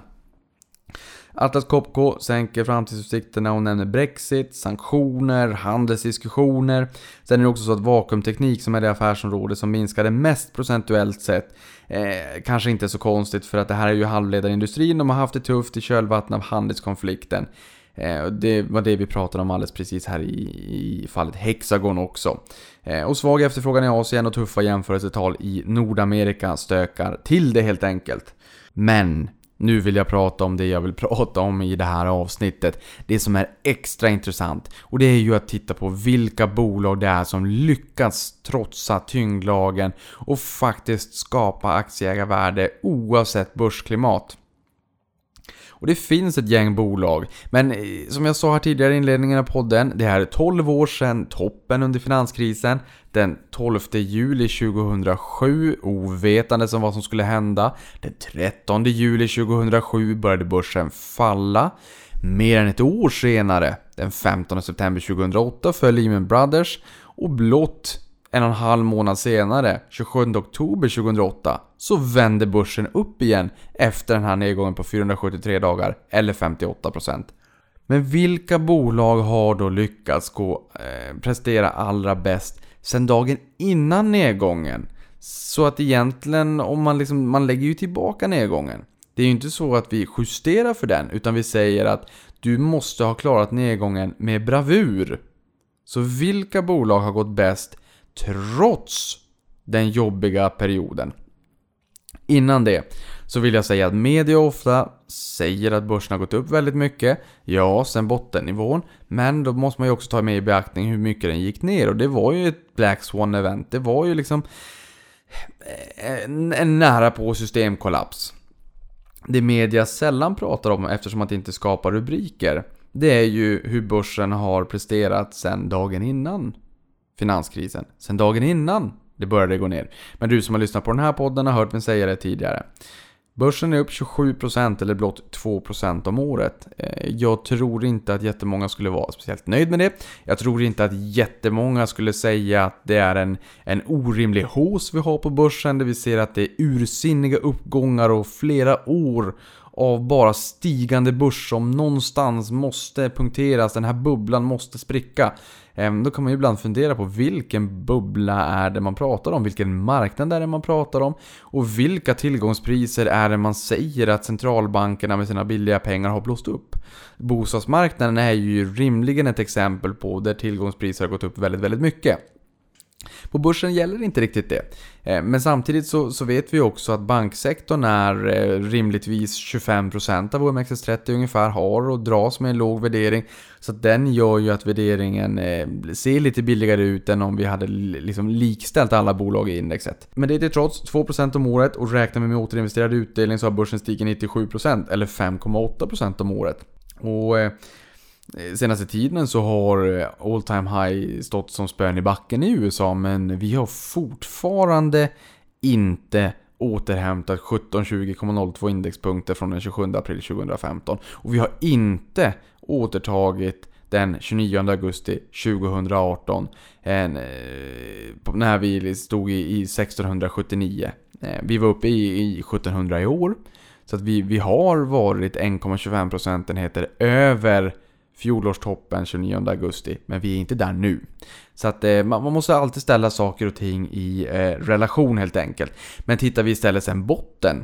Speaker 3: Atlas Copco sänker framtidsutsikterna och nämner Brexit, sanktioner, handelsdiskussioner. Sen är det också så att vakuumteknik, som är det affärsområde som minskade mest procentuellt sett, eh, kanske inte så konstigt, för att det här är ju halvledarindustrin. De har haft det tufft i kölvattnet av handelskonflikten. Eh, det var det vi pratade om alldeles precis här i, i fallet Hexagon också. Eh, och svag efterfrågan i Asien och tuffa jämförelsetal i Nordamerika stökar till det helt enkelt. Men nu vill jag prata om det jag vill prata om i det här avsnittet. Det som är extra intressant. Och det är ju att titta på vilka bolag det är som lyckas trotsa tyngdlagen och faktiskt skapa aktieägarvärde oavsett börsklimat. Och det finns ett gäng bolag. Men som jag sa här tidigare i inledningen av podden, det här är tolv år sedan toppen under finanskrisen. Den tolfte juli tjugohundrasju, ovetande om vad som skulle hända. Den trettonde juli tjugohundrasju började börsen falla. Mer än ett år senare, den femtonde september tjugohundraåtta, föll Lehman Brothers. Och blott en och en halv månad senare, tjugosjunde oktober tjugohundraåtta, så vände börsen upp igen efter den här nedgången på fyrahundrasjuttiotre dagar, eller femtioåtta procent. Men vilka bolag har då lyckats gå, eh, prestera allra bäst sedan dagen innan nedgången? Så att egentligen, om man, liksom, man lägger ju tillbaka nedgången. Det är ju inte så att vi justerar för den, utan vi säger att du måste ha klarat nedgången med bravur. Så vilka bolag har gått bäst trots den jobbiga perioden? Innan det så vill jag säga att media ofta säger att börsen har gått upp väldigt mycket. Ja, sen bottennivån. Men då måste man ju också ta med i beaktning hur mycket den gick ner. Och det var ju ett Black Swan event. Det var ju liksom en, en nära på systemkollaps. Det media sällan pratar om, eftersom att det inte skapar rubriker, det är ju hur börsen har presterat sen dagen innan finanskrisen. Sen dagen innan det började gå ner. Men du som har lyssnat på den här podden har hört mig säga det tidigare. Börsen är upp tjugosju procent eller blott två procent om året. Jag tror inte att jättemånga skulle vara speciellt nöjd med det. Jag tror inte att jättemånga skulle säga att det är en, en orimlig hås vi har på börsen. Där vi ser att det är ursinniga uppgångar och flera år av bara stigande börs som någonstans måste punkteras. Den här bubblan måste spricka. Då kan man ju ibland fundera på vilken bubbla är det man pratar om, vilken marknad är det man pratar om och vilka tillgångspriser är det man säger att centralbankerna med sina billiga pengar har blåst upp. Bostadsmarknaden är ju rimligen ett exempel på där tillgångspriser har gått upp väldigt, väldigt mycket. På börsen gäller inte riktigt det. Men samtidigt så, så vet vi också att banksektorn är rimligtvis tjugofem procent av O M X S trettio ungefär har och dras med en låg värdering. Så att den gör ju att värderingen ser lite billigare ut än om vi hade liksom likställt alla bolag i indexet. Men det är till trots två procent om året, och räknar vi med återinvesterad utdelning så har börsen stigit nittiosju procent eller fem komma åtta procent om året. Och senaste tiden så har all time high stått som spön i backen i U S A, men vi har fortfarande inte återhämtat sjutton tjugo komma noll två indexpunkter från den tjugosjunde april tjugohundrafemton, och vi har inte återtagit den tjugonionde augusti tjugohundraarton en, när vi stod i, i sextonhundrasjuttionio. Vi var uppe i, i sjuttonhundra i år, så att vi, vi har varit en komma tjugofem procentenheter över fjolårstoppen tjugonionde augusti, men vi är inte där nu. Så att eh, man, man måste alltid ställa saker och ting i eh, relation helt enkelt. Men tittar vi istället sen botten,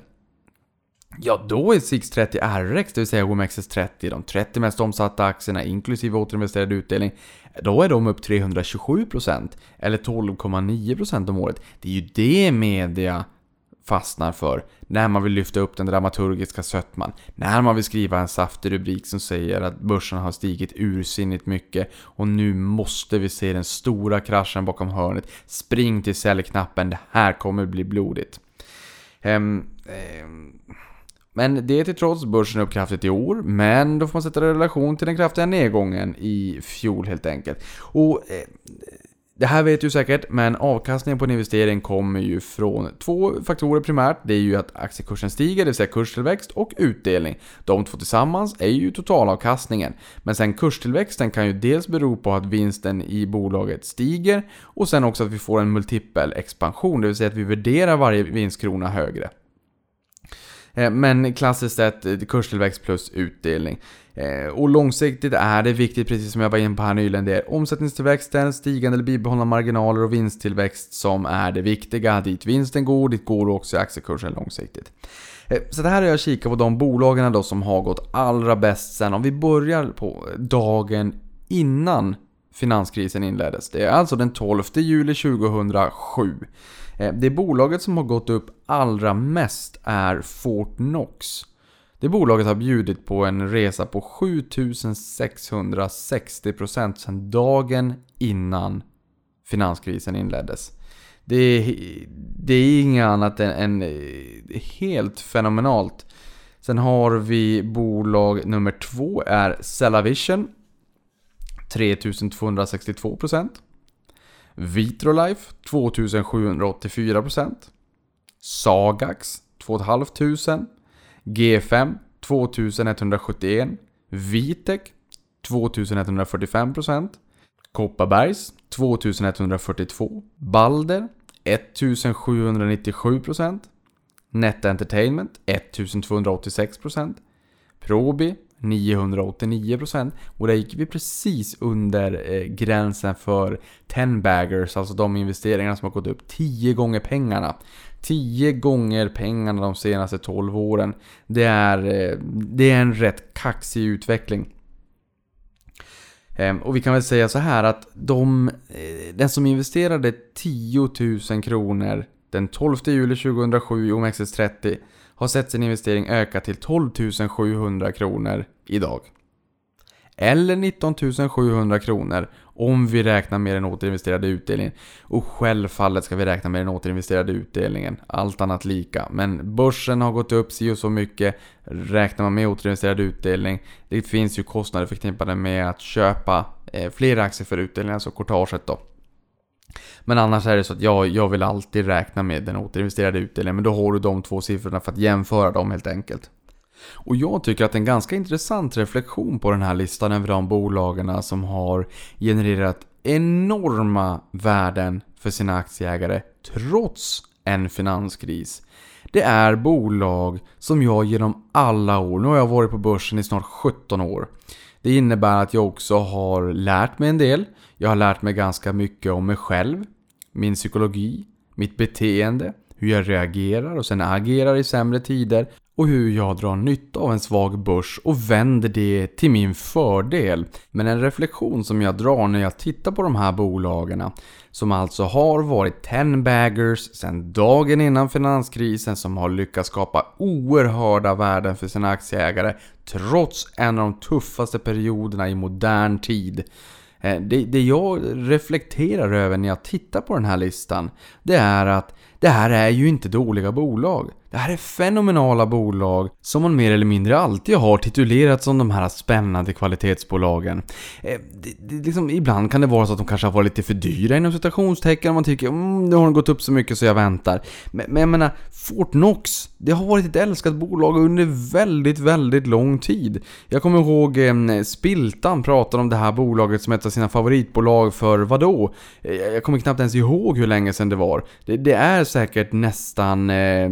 Speaker 3: ja då är sex trettio R X, det vill säga O M X S trettio, de trettio mest omsatta aktierna inklusive återinvesterad utdelning, då är de upp trehundratjugosju procent eller tolv komma nio procent om året. Det är ju det media fastnar för när man vill lyfta upp den dramaturgiska sötman, när man vill skriva en saftig rubrik som säger att börsen har stigit ursinnigt mycket och nu måste vi se den stora kraschen bakom hörnet. Spring till säljknappen, det här kommer bli blodigt. Um, um, men det är till trots börsen upp kraftigt i år, men då får man sätta det i relation till den kraftiga nedgången i fjol helt enkelt. Och eh, det här vet du säkert, men avkastningen på en investering kommer ju från två faktorer primärt. Det är ju att aktiekursen stiger, det vill säga kurstillväxt, och utdelning. De två tillsammans är ju totalavkastningen. Men sen kurstillväxten kan ju dels bero på att vinsten i bolaget stiger och sen också att vi får en multipel expansion, det vill säga att vi värderar varje vinstkrona högre. Men klassiskt sett kurstillväxt plus utdelning. Och långsiktigt är det viktigt, precis som jag var inne på här nyligen, det är omsättningstillväxten, stigande eller bibehållna marginaler och vinsttillväxt som är det viktiga. Dit vinsten går, dit går också aktiekursen långsiktigt. Så det här är jag kikat på de bolagen då som har gått allra bäst sen. Om vi börjar på dagen innan finanskrisen inleddes. Det är alltså den tolfte juli tjugohundrasju. Det bolaget som har gått upp allra mest är Fortnox. Det bolaget har bjudit på en resa på sju tusen sexhundrasextio procent sedan dagen innan finanskrisen inleddes. Det är, det är inget annat än, än helt fenomenalt. Sen har vi bolag nummer två är Cellavision. tre tusen tvåhundrasextiotvå procent. Vitrolife två tusen sjuhundraåttiofyra procent. Sagax två tusen femhundra. G fem två tusen etthundrasjuttioen. Vitec två tusen etthundrafyrtiofem procent. Kopparbergs två tusen etthundrafyrtiotvå. Balder ett tusen sjuhundranittiosju procent. Net Entertainment ett tusen tvåhundraåttiosex procent. Probi niohundraåttionio procent. Och där gick vi precis under eh, gränsen för ten baggers, alltså de investeringarna som har gått upp tio gånger pengarna. tio gånger pengarna de senaste tolv åren. Det är, eh, det är en rätt kaxig utveckling. Eh, och vi kan väl säga så här att de, eh, den som investerade tio tusen kronor den tolfte juli tjugohundrasju i O M X S trettio har sett sin investering öka till tolv tusen sjuhundra kronor idag. Eller nitton tusen sjuhundra kronor om vi räknar med den återinvesterade utdelningen. Och självfallet ska vi räkna med den återinvesterade utdelningen. Allt annat lika. Men börsen har gått upp sig och så mycket. Räknar man med återinvesterad utdelning. Det finns ju kostnader förknippade med att köpa eh, fler aktier för utdelning, alltså courtaget då. Men annars är det så att jag, jag vill alltid räkna med den återinvesterade utdelningen. Men då har du de två siffrorna för att jämföra dem helt enkelt. Och jag tycker att en ganska intressant reflektion på den här listan över de bolagen som har genererat enorma värden för sina aktieägare trots en finanskris. Det är bolag som jag genom alla år, nu har jag varit på börsen i snart sjutton år. Det innebär att jag också har lärt mig en del. Jag har lärt mig ganska mycket om mig själv, min psykologi, mitt beteende, hur jag reagerar och sen agerar i sämre tider och hur jag drar nytta av en svag börs och vänder det till min fördel. Men en reflektion som jag drar när jag tittar på de här bolagen som alltså har varit ten baggers sedan dagen innan finanskrisen, som har lyckats skapa oerhörda värden för sina aktieägare trots en av de tuffaste perioderna i modern tid. Det, det jag reflekterar över när jag tittar på den här listan, det är att det här är ju inte dåliga bolag. Det här är fenomenala bolag som man mer eller mindre alltid har titulerat som de här spännande kvalitetsbolagen. Eh, det, det, liksom, ibland kan det vara så att de kanske har varit lite för dyra inom citationstecken och man tycker mm, nu har de gått upp så mycket så jag väntar. Men, men jag menar, Fortnox, det har varit ett älskat bolag under väldigt, väldigt lång tid. Jag kommer ihåg eh, Spiltan pratade om det här bolaget som ett av sina favoritbolag för vadå? Eh, jag kommer knappt ens ihåg hur länge sedan det var. Det, det är säkert nästan eh,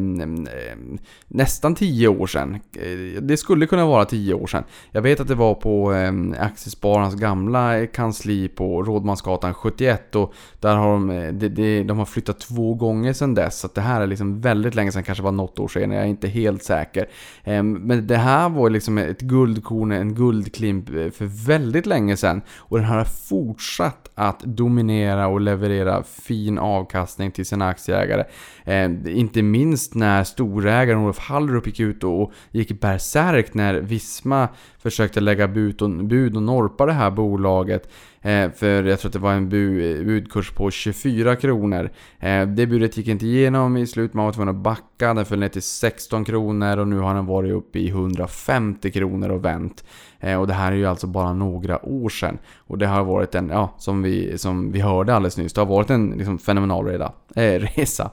Speaker 3: nästan tio år sedan. Det skulle kunna vara tio år sedan. Jag vet att det var på eh, Aktiespararnas gamla kansli på Rådmansgatan sjuttioett och där har de, de, de, de har flyttat två gånger sedan dess, så att det här är liksom väldigt länge sedan, kanske var något år sedan, jag är inte helt säker. Eh, men det här var liksom ett guldkorn, en guldklimp för väldigt länge sedan och den har fortsatt att dominera och leverera fin avkastning till sina aktieägare. Eh, inte minst när storägaren Olof Hallrup gick ut och gick bärsärk när Visma försökte lägga bud och, bud och norpa det här bolaget. Eh, för jag tror att det var en bu, budkurs på tjugofyra kronor. Eh, det budet gick inte igenom i slut, man var tvungen att backa. Den föll ner till sexton kronor och nu har den varit uppe i hundrafemtio kronor och vänt. Eh, och det här är ju alltså bara några år sedan. Och det har varit en, ja, som vi, som vi hörde alldeles nyss, det har varit en liksom, fenomenal reda, eh, resa.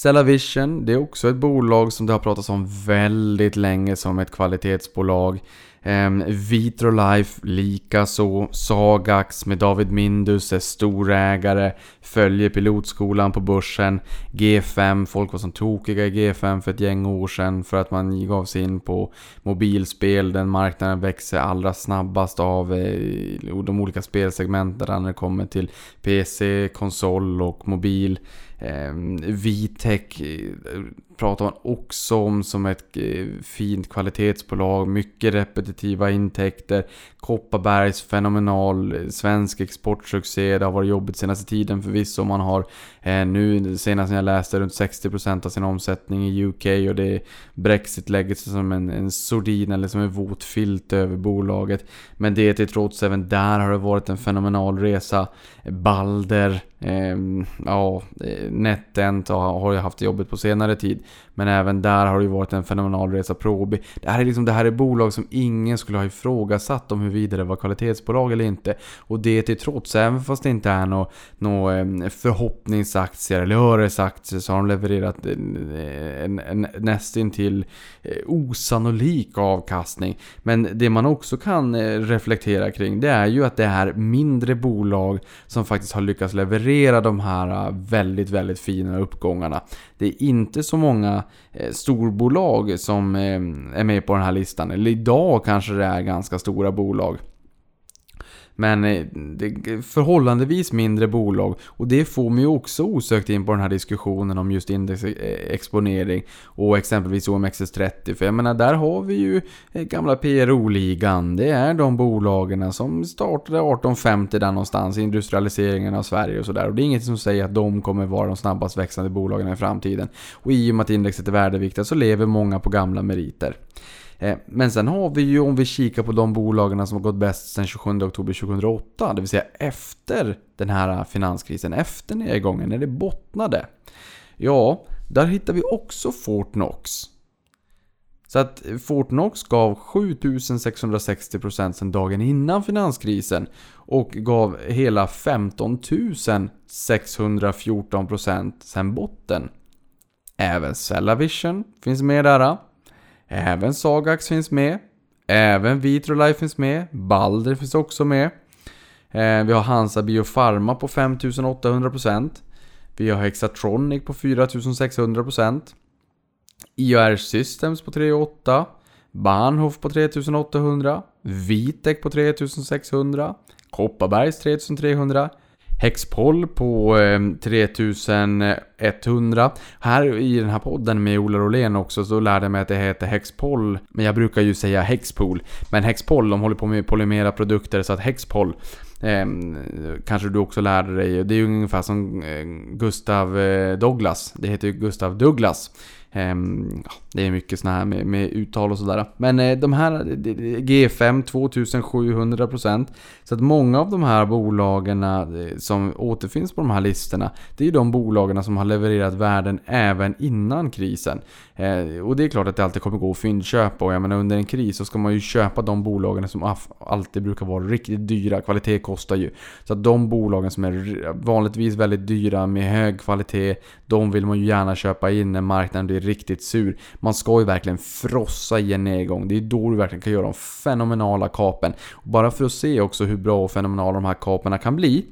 Speaker 3: Cellavision, det är också ett bolag som det har pratats om väldigt länge som ett kvalitetsbolag. Um, Vitrolife lika så. Sagax med David Mindus är storägare, följer pilotskolan på börsen. G fem, folk var som tokiga i G fem för ett gäng år sedan för att man gav sig in på mobilspel. Den marknaden växer allra snabbast av eh, de olika spelsegmenten när det kommer till P C, konsol och mobil. Eh, Vitech eh, pratar man också om som ett eh, fint kvalitetsbolag, mycket repetitiva intäkter. Kopparbergs fenomenal svensk exportsuccé, det har varit jobbigt senaste tiden förvisso. Man har eh, nu senast när jag läste runt sextio procent av sin omsättning i U K och det är Brexit lägger sig som en, en sordin eller som en våt filt över bolaget. Men det till trots, även där har det varit en fenomenal resa. Balder, eh, ja, NetEnt har ju haft jobbet på senare tid, men även där har det ju varit en fenomenal resa. Probi, det här är liksom det här är bolag som ingen skulle ha ifrågasatt om huruvida det var kvalitetsbolag eller inte, och det till trots, även fast det inte är några nå, förhoppningsaktier eller öresaktier, så har de levererat en, en, en nästintill osannolik avkastning. Men det man också kan reflektera kring, det är ju att det är mindre bolag som faktiskt har lyckats leverera de här väldigt, väldigt fina uppgångarna. Det är inte så många eh, storbolag som eh, är med på den här listan. Eller idag kanske det är ganska stora bolag. Men eh, det är förhållandevis mindre bolag. Och det får mig också osökt in på den här diskussionen om just indexexponering och exempelvis O M X S trettio. För jag menar, där har vi ju eh, gamla P R O-ligan. Det är de bolagen som startade arton femtio där någonstans, industrialiseringen av Sverige och sådär. Och det är inget som säger att de kommer vara de snabbast växande bolagen i framtiden. Och i och med att indexet är värdeviktat så lever många på gamla meriter. Men sen har vi ju, om vi kikar på de bolagen som har gått bäst sedan tjugosjunde oktober tjugohundraåtta, det vill säga efter den här finanskrisen, efter nedgången när det bottnade. Ja, där hittar vi också Fortnox. Så att Fortnox gav sju tusen sexhundrasextio procent sedan dagen innan finanskrisen och gav hela femton tusen sexhundrafjorton procent sedan botten. Även Cellavision finns med där. Även Sagax finns med. Även Vitrolife finns med. Balder finns också med. Eh, vi har Hansa Biopharma på fem tusen åttahundra procent. Vi har Hexatronic på fyra tusen sexhundra procent. I O R Systems på tre tusen åttahundra. Bahnhof på tre tusen åttahundra. Vitec på tre tusen sexhundra. Kopparbergs tre tusen trehundra. Hexpol på eh, tre tusen etthundra. Här i den här podden med Ola Rolén också så lärde jag mig att det heter Hexpol. Men jag brukar ju säga Hexpol. Men Hexpol, de håller på med polymera produkter, så att Hexpol eh, kanske du också lärde dig. Det är ju ungefär som eh, Gustav eh, Douglas. Det heter ju Gustav Douglas. Det är mycket såna här med, med uttal och sådär. Men de här G fem tvåtusensjuhundra procent. Så att många av de här bolagen som återfinns på de här listorna, det är ju de bolagen som har levererat värden även innan krisen. Och det är klart att det alltid kommer gå att fyndköpa. Och jag menar, under en kris så ska man ju köpa de bolagen som alltid brukar vara riktigt dyra. Kvalitet kostar ju. Så att de bolagen som är vanligtvis väldigt dyra med hög kvalitet, de vill man ju gärna köpa in när marknaden blir riktigt sur. Man ska ju verkligen frossa i en nedgång. Det är då du verkligen kan göra de fenomenala kapen. Och bara för att se också hur bra och fenomenala de här kaperna kan bli,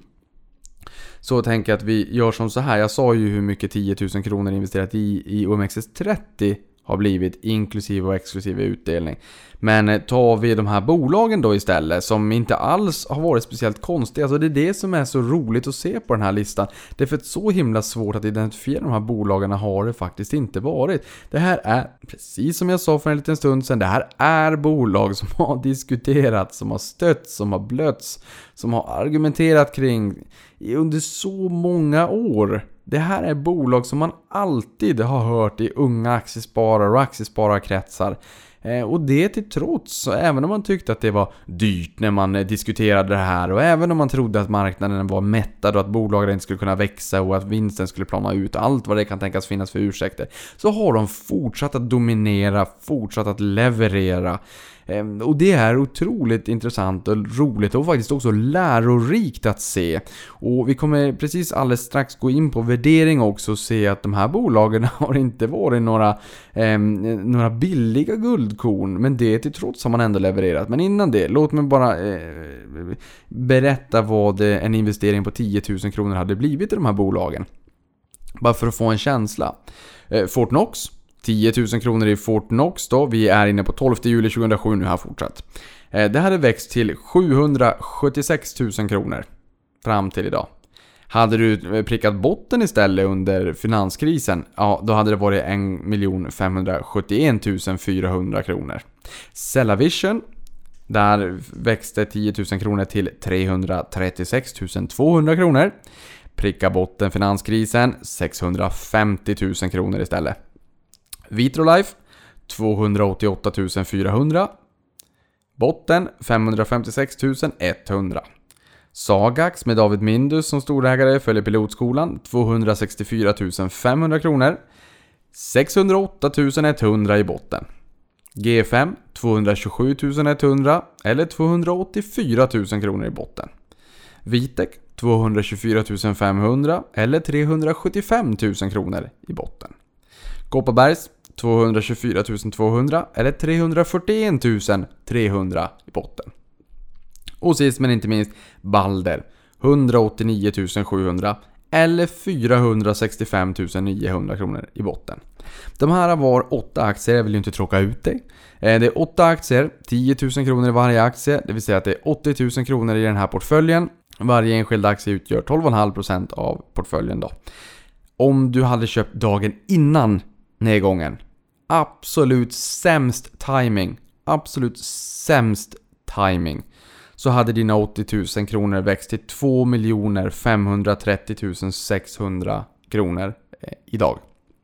Speaker 3: så tänker jag att vi gör som så här. Jag sa ju hur mycket tio tusen kronor investerat i, i O M X S trettio har blivit, inklusive och exklusive utdelning. Men tar vi de här bolagen då istället, som inte alls har varit speciellt konstiga. Alltså det är det som är så roligt att se på den här listan. Det är för att så himla svårt att identifiera de här bolagen har det faktiskt inte varit. Det här är, precis som jag sa för en liten stund sedan, det här är bolag som har diskuterats, som har stötts, som har blötts, som har argumenterat kring under så många år. Det här är bolag som man alltid har hört i unga aktiesparare och aktiespararkretsar. Eh, och det till trots, så även om man tyckte att det var dyrt när man eh, diskuterade det här, och även om man trodde att marknaden var mättad och att bolagen inte skulle kunna växa och att vinsten skulle plana ut, allt vad det kan tänkas finnas för ursäkter, så har de fortsatt att dominera, fortsatt att leverera. Och det är otroligt intressant och roligt och faktiskt också lärorikt att se. Och vi kommer precis alldeles strax gå in på värdering också och se att de här bolagen har inte varit några, eh, några billiga guldkorn, men det till trots har man ändå levererat. Men innan det, låt mig bara eh, berätta vad en investering på tio tusen kronor hade blivit i de här bolagen. Bara för att få en känsla. Eh, Fortnox, tio tusen kronor i Fortnox då. Vi är inne på tolfte juli tjugohundrasju nu, har fortsatt. Eh, det hade växt till sjuhundrasjuttiosex tusen kronor fram till idag. Hade du prickat botten istället under finanskrisen, ja, då hade det varit en miljon femhundrasjuttioen tusen fyrahundra kronor. Cellavision, där växte tio tusen kronor till trehundratrettiosex tusen tvåhundra kronor. Pricka botten finanskrisen, sexhundrafemtio tusen kronor istället. Vitrolife, tvåhundraåttioåtta tusen fyrahundra. Botten, femhundrafemtiosex tusen etthundra. Sagax med David Mindus som storägare följer pilotskolan, tvåhundrasextiofyra tusen femhundra kronor. sexhundraåtta tusen etthundra i botten. G fem, tvåhundratjugosju tusen etthundra eller tvåhundraåttiofyra tusen kronor i botten. Vitec, tvåhundratjugofyra tusen femhundra eller trehundrasjuttiofem tusen kronor i botten. Kopparbergs, tvåhundratjugofyra tusen tvåhundra eller trehundrafyrtioen tusen trehundra i botten. Och sist men inte minst Balder, hundraåttionio tusen sjuhundra eller fyrahundrasextiofem tusen niohundra kronor i botten. De här var åtta aktier, jag vill ju inte tråka ut dig. Det är åtta aktier, tio tusen kronor i varje aktie, det vill säga att det är åttio tusen kronor i den här portföljen. Varje enskild aktie utgör tolv komma fem procent av portföljen då. Om du hade köpt dagen innan nedgången, absolut sämst timing, absolut sämst timing, så hade dina åttio tusen kronor växt till två miljoner femhundratrettio tusen sexhundra kronor eh, idag.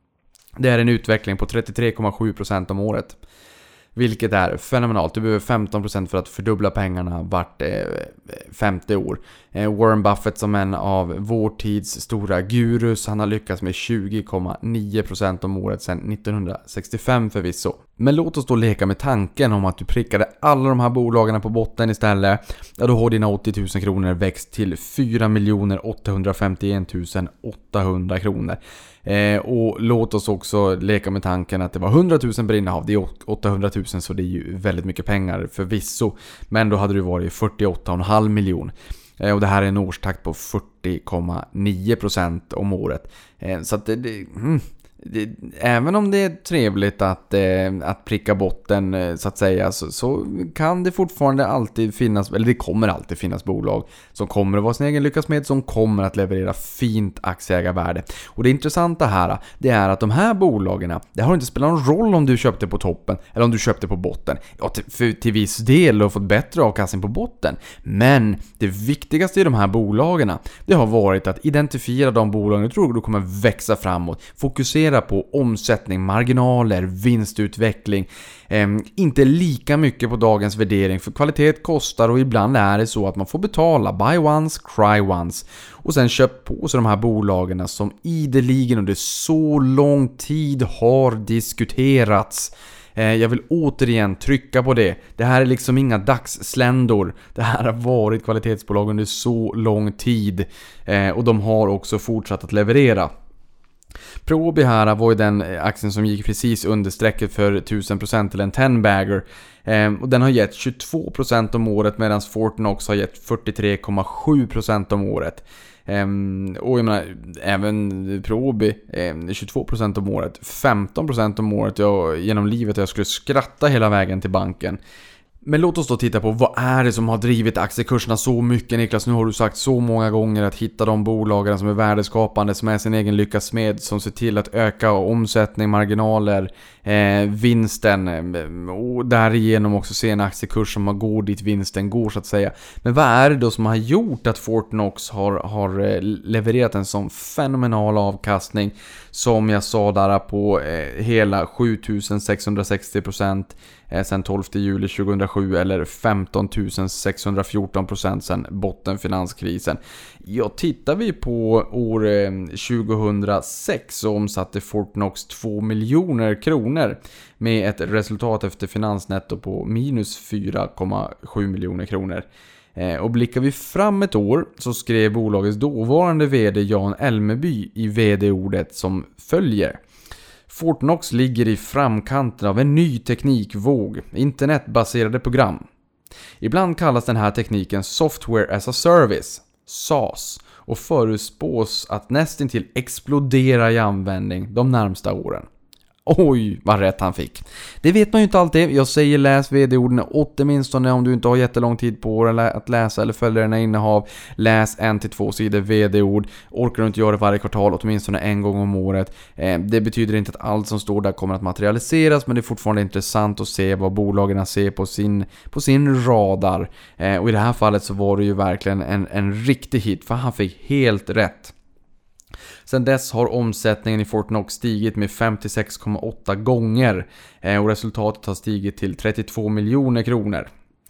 Speaker 3: Det är en utveckling på trettiotre komma sju procent om året. Vilket är fenomenalt. Du behöver femton procent för att fördubbla pengarna vart eh, femte år. Eh, Warren Buffett som en av vår tids stora gurus, han har lyckats med tjugo komma nio procent om året sedan nittonhundrasextiofem förvisso. Men låt oss då leka med tanken om att du prickade alla de här bolagen på botten istället. Ja, då har dina åttio tusen kronor växt till fyra miljoner åttahundrafemtioen tusen åttahundra kronor. Eh, och låt oss också leka med tanken att det var hundra tusen per innehav. Det är åttahundra tusen, så det är ju väldigt mycket pengar förvisso. Men då hade det varit fyrtioåtta komma fem miljoner. Eh, och det här är en årstakt på fyrtio komma nio procent om året. Eh, så att det... det mm. Det, även om det är trevligt att, eh, att pricka botten eh, så att säga, så, så kan det fortfarande alltid finnas, eller det kommer alltid finnas bolag som kommer att vara sin egen lyckas med, som kommer att leverera fint aktieägarvärde. Och det intressanta här, det är att de här bolagen, det har inte spelat någon roll om du köpte på toppen eller om du köpte på botten. Ja, till, för, till viss del och fått bättre avkastning på botten. Men det viktigaste i de här bolagen, det har varit att identifiera de bolagen du tror du kommer växa framåt. Fokusera på omsättning, marginaler, vinstutveckling. Eh, inte lika mycket på dagens värdering, för kvalitet kostar och ibland är det så att man får betala buy once, cry once. Och sen köp på sig de här bolagen som ideligen under så lång tid har diskuterats. Eh, jag vill återigen trycka på det. Det här är liksom inga dagssländor. Det här har varit kvalitetsbolag under så lång tid. Eh, och de har också fortsatt att leverera. Probi här var ju den aktien som gick precis under strecket för tusen procent till en ten-bagger. Eh, och den har gett tjugotvå procent om året, medan Fortnox har gett fyrtiotre komma sju procent om året. Eh, och jag menar, även Probi eh, tjugotvå procent om året, femton procent om året jag, genom livet. Jag skulle skratta hela vägen till banken. Men låt oss då titta på vad är det som har drivit aktiekurserna så mycket, Niklas. Nu har du sagt så många gånger att hitta de bolagen som är värdeskapande, som är sin egen lyckas med, som ser till att öka omsättning, marginaler, eh, vinsten och därigenom också se en aktiekurs som går dit vinsten går så att säga. Men vad är det då som har gjort att Fortnox har, har levererat en sån fenomenal avkastning som jag sa där på eh, hela sjutusen sexhundrasextio procent? eh, sedan tolfte juli tjugohundrasju eller femton tusen sexhundrafjorton procent sedan bottenfinanskrisen. Ja, tittar vi på år eh, tjugohundrasex så omsatte Fortnox två miljoner kronor med ett resultat efter finansnetto på minus fyra komma sju miljoner kronor. Och blickar vi fram ett år så skrev bolagets dåvarande vd Jan Elmeby i vd-ordet som följer: Fortnox ligger i framkanten av en ny teknikvåg, internetbaserade program. Ibland kallas den här tekniken Software as a Service, S A S, och förutspås att nästintill explodera i användning de närmsta åren. Oj, vad rätt han fick. Det vet man ju inte alltid. Jag säger läs vd-orden åtminstone om du inte har jättelång tid på att läsa eller följa dina innehav. Läs en till två sidor vd-ord. Orkar du inte göra det varje kvartal, åtminstone en gång om året. Det betyder inte att allt som står där kommer att materialiseras, men det är fortfarande intressant att se vad bolagen ser på sin, på sin radar. Och i det här fallet så var det ju verkligen en, en riktig hit, för han fick helt rätt. Sen dess har omsättningen i Fortnox stigit med femtiosex komma åtta gånger och resultatet har stigit till trettiotvå miljoner kronor.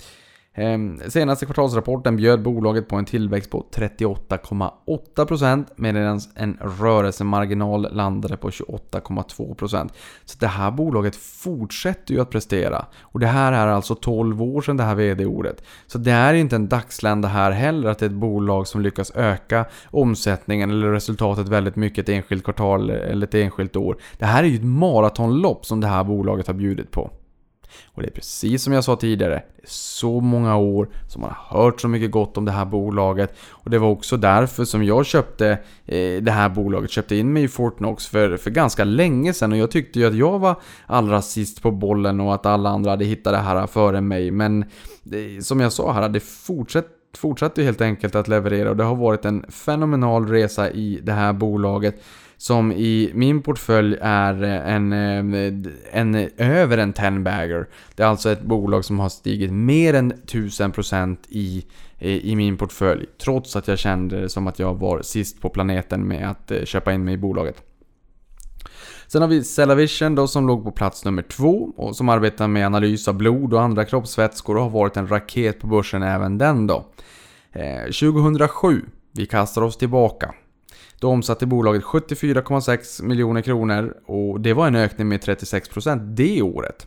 Speaker 3: Senaste kvartalsrapporten bjöd bolaget på en tillväxt på trettioåtta komma åtta procent medan en rörelsemarginal landade på tjugoåtta komma två procent. Så det här bolaget fortsätter ju att prestera. Och det här är alltså tolv år sedan det här vd-ordet. Så det är inte en dagslända här heller att det är ett bolag som lyckas öka omsättningen eller resultatet väldigt mycket ett enskilt kvartal eller ett enskilt år. Det här är ju ett maratonlopp som det här bolaget har bjudit på. Och det är precis som jag sa tidigare, det är så många år som man har hört så mycket gott om det här bolaget. Och det var också därför som jag köpte eh, det här bolaget, köpte in mig i Fortnox för, för ganska länge sedan. Och jag tyckte ju att jag var allra sist på bollen och att alla andra hade hittat det här före mig. Men det, som jag sa här, det fortsätter fortsatte helt enkelt att leverera och det har varit en fenomenal resa i det här bolaget som i min portfölj är en, en över en ten-bagger. Det är alltså ett bolag som har stigit mer än tusen procent i, i min portfölj, trots att jag kände som att jag var sist på planeten med att köpa in mig i bolaget. Sen har vi Cellavision då, som låg på plats nummer två och som arbetar med analys av blod och andra kroppsvätskor och har varit en raket på börsen även den då. Eh, tjugohundrasju, vi kastar oss tillbaka. Då omsatte bolaget sjuttiofyra komma sex miljoner kronor och det var en ökning med trettiosex procent det året.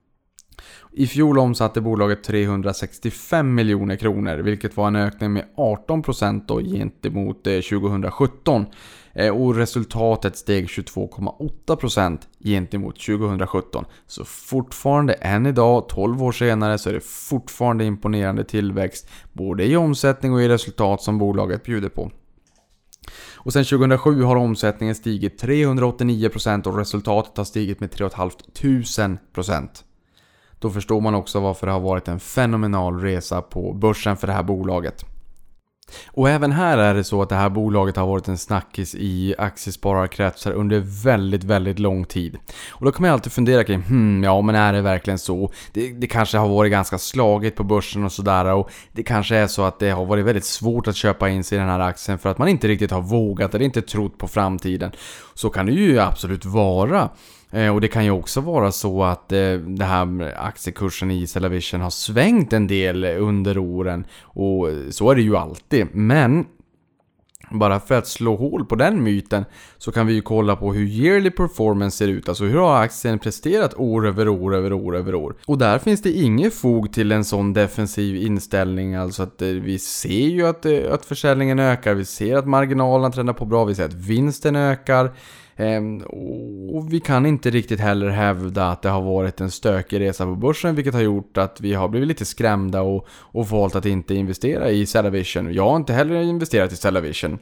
Speaker 3: I fjol omsatte bolaget trehundrasextiofem miljoner kronor, vilket var en ökning med arton procent då gentemot eh, tjugosjutton. Och resultatet steg tjugotvå komma åtta procent gentemot tjugosjutton. Så fortfarande än idag, tolv år senare, så är det fortfarande imponerande tillväxt både i omsättning och i resultat som bolaget bjuder på. Och sen tjugohundrasju har omsättningen stigit trehundraåttionio procent och resultatet har stigit med tre tusen femhundra procent. Då förstår man också varför det har varit en fenomenal resa på börsen för det här bolaget. Och även här är det så att det här bolaget har varit en snackis i aktiespararkretsar under väldigt, väldigt lång tid. Och då kan man alltid fundera kring, hmm, ja men är det verkligen så? Det, det kanske har varit ganska slagigt på börsen och sådär, och det kanske är så att det har varit väldigt svårt att köpa in sig i den här aktien för att man inte riktigt har vågat eller inte trott på framtiden. Så kan det ju absolut vara. Och det kan ju också vara så att det här aktiekursen i Cellavision har svängt en del under åren, och så är det ju alltid. Men bara för att slå hål på den myten så kan vi ju kolla på hur yearly performance ser ut. Alltså hur har aktien presterat år över år över år över år. Och där finns det inget fog till en sån defensiv inställning. Alltså att vi ser ju att, att försäljningen ökar, vi ser att marginalerna trendar på bra, vi ser att vinsten ökar. Ehm, och vi kan inte riktigt heller hävda att det har varit en stökig resa på börsen, vilket har gjort att vi har blivit lite skrämda och, och valt att inte investera i Cellavision. Jag har inte heller investerat i Cellavision.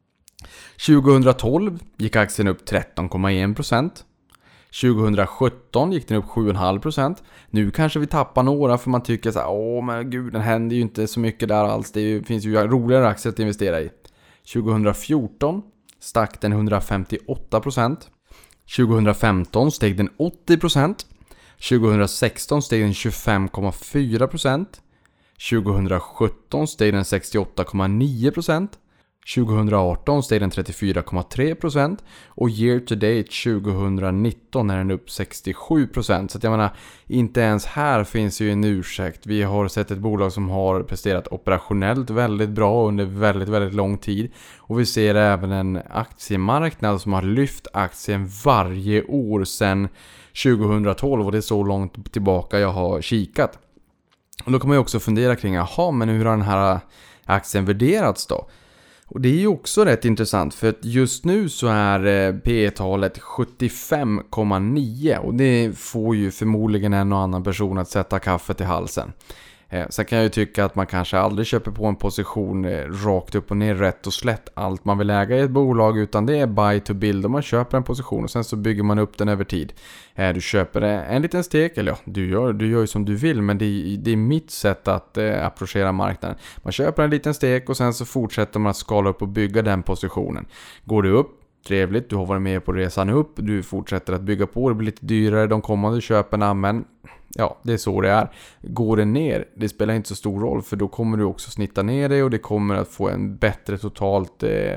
Speaker 3: tjugotolv gick aktien upp tretton komma en procent. tjugosjutton gick den upp sju komma fem procent. Nu kanske vi tappar några för man tycker så här, åh men gud, den händer ju inte så mycket där alls. Det ju, finns ju roligare aktier att investera i. tjugofjorton stack den hundrafemtioåtta procent. tjugofemton steg den åttio procent. tjugosexton steg den tjugofem komma fyra procent. tjugosjutton steg den sextioåtta komma nio procent. tjugohundraarton steg den trettiofyra komma tre procent och year to date tjugohundranitton är den upp sextiosju procent. Så att jag menar, inte ens här finns ju en ursäkt. Vi har sett ett bolag som har presterat operationellt väldigt bra under väldigt, väldigt lång tid. Och vi ser även en aktiemarknad som har lyft aktien varje år sedan tjugohundratolv, och det är så långt tillbaka jag har kikat. Och då kan man ju också fundera kring, jaha, men hur har den här aktien värderats då? Och det är ju också rätt intressant, för att just nu så är P E-talet sjuttiofem komma nio, och det får ju förmodligen en och annan person att sätta kaffet i halsen. Sen kan jag ju tycka att man kanske aldrig köper på en position rakt upp och ner, rätt och slätt allt man vill äga i ett bolag, utan det är buy to build, och man köper en position och sen så bygger man upp den över tid. Du köper en liten stek, eller ja, du gör, du gör ju som du vill, men det är, det är mitt sätt att eh, approchera marknaden. Man köper en liten stek och sen så fortsätter man att skala upp och bygga den positionen. Går det upp, trevligt, du har varit med på resan upp, du fortsätter att bygga på, det blir lite dyrare de kommande köpen, men ja, det är så det är. Går det ner, det spelar inte så stor roll, för då kommer du också snitta ner det och det kommer att få en bättre totalt eh,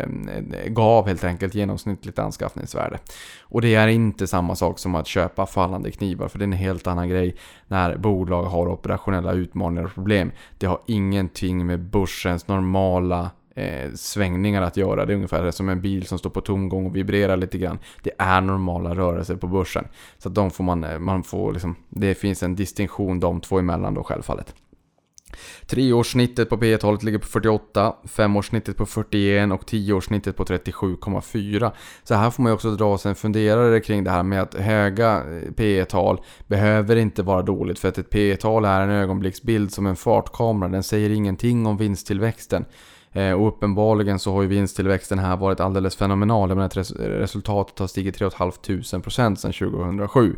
Speaker 3: gav helt enkelt genomsnittligt anskaffningsvärde. Och det är inte samma sak som att köpa fallande knivar, för det är en helt annan grej när bolag har operationella utmaningar och problem. Det har ingenting med börsens normala Eh, svängningar att göra. Det är ungefär som en bil som står på tomgång och vibrerar lite grann. Det är normala rörelser på börsen. Så att de får man, man får liksom, det finns en distinktion de två emellan då självfallet. Treårssnittet på P E-talet ligger på fyrtioåtta, femårssnittet på fyrtioen och tioårssnittet på trettiosju komma fyra. Så här får man ju också dra sig en funderare kring det här med att höga P E-tal behöver inte vara dåligt, för att ett P E-tal är en ögonblicksbild som en fartkamera. Den säger ingenting om vinsttillväxten. Och uppenbarligen så har ju vinsttillväxten här varit alldeles fenomenal. Men att resultatet har stigit tre tusen femhundra procent sedan tjugohundrasju.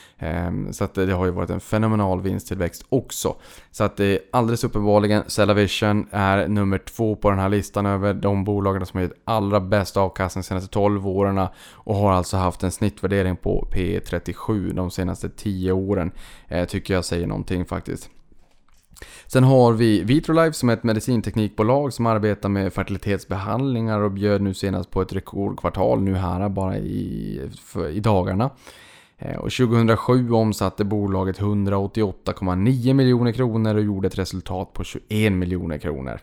Speaker 3: Så att det har ju varit en fenomenal vinsttillväxt också. Så att det är alldeles uppenbarligen CellaVision är nummer två på den här listan över de bolagen som har gett allra bäst avkastning de senaste tolv åren. Och har alltså haft en snittvärdering på P E trettiosju de senaste tio åren. Tycker jag säger någonting faktiskt. Sen har vi Vitrolife som är ett medicinteknikbolag som arbetar med fertilitetsbehandlingar och bjöd nu senast på ett rekordkvartal nu här bara i, för, i dagarna. Och tjugohundrasju omsatte bolaget hundraåttioåtta komma nio miljoner kronor och gjorde ett resultat på tjugoen miljoner kronor.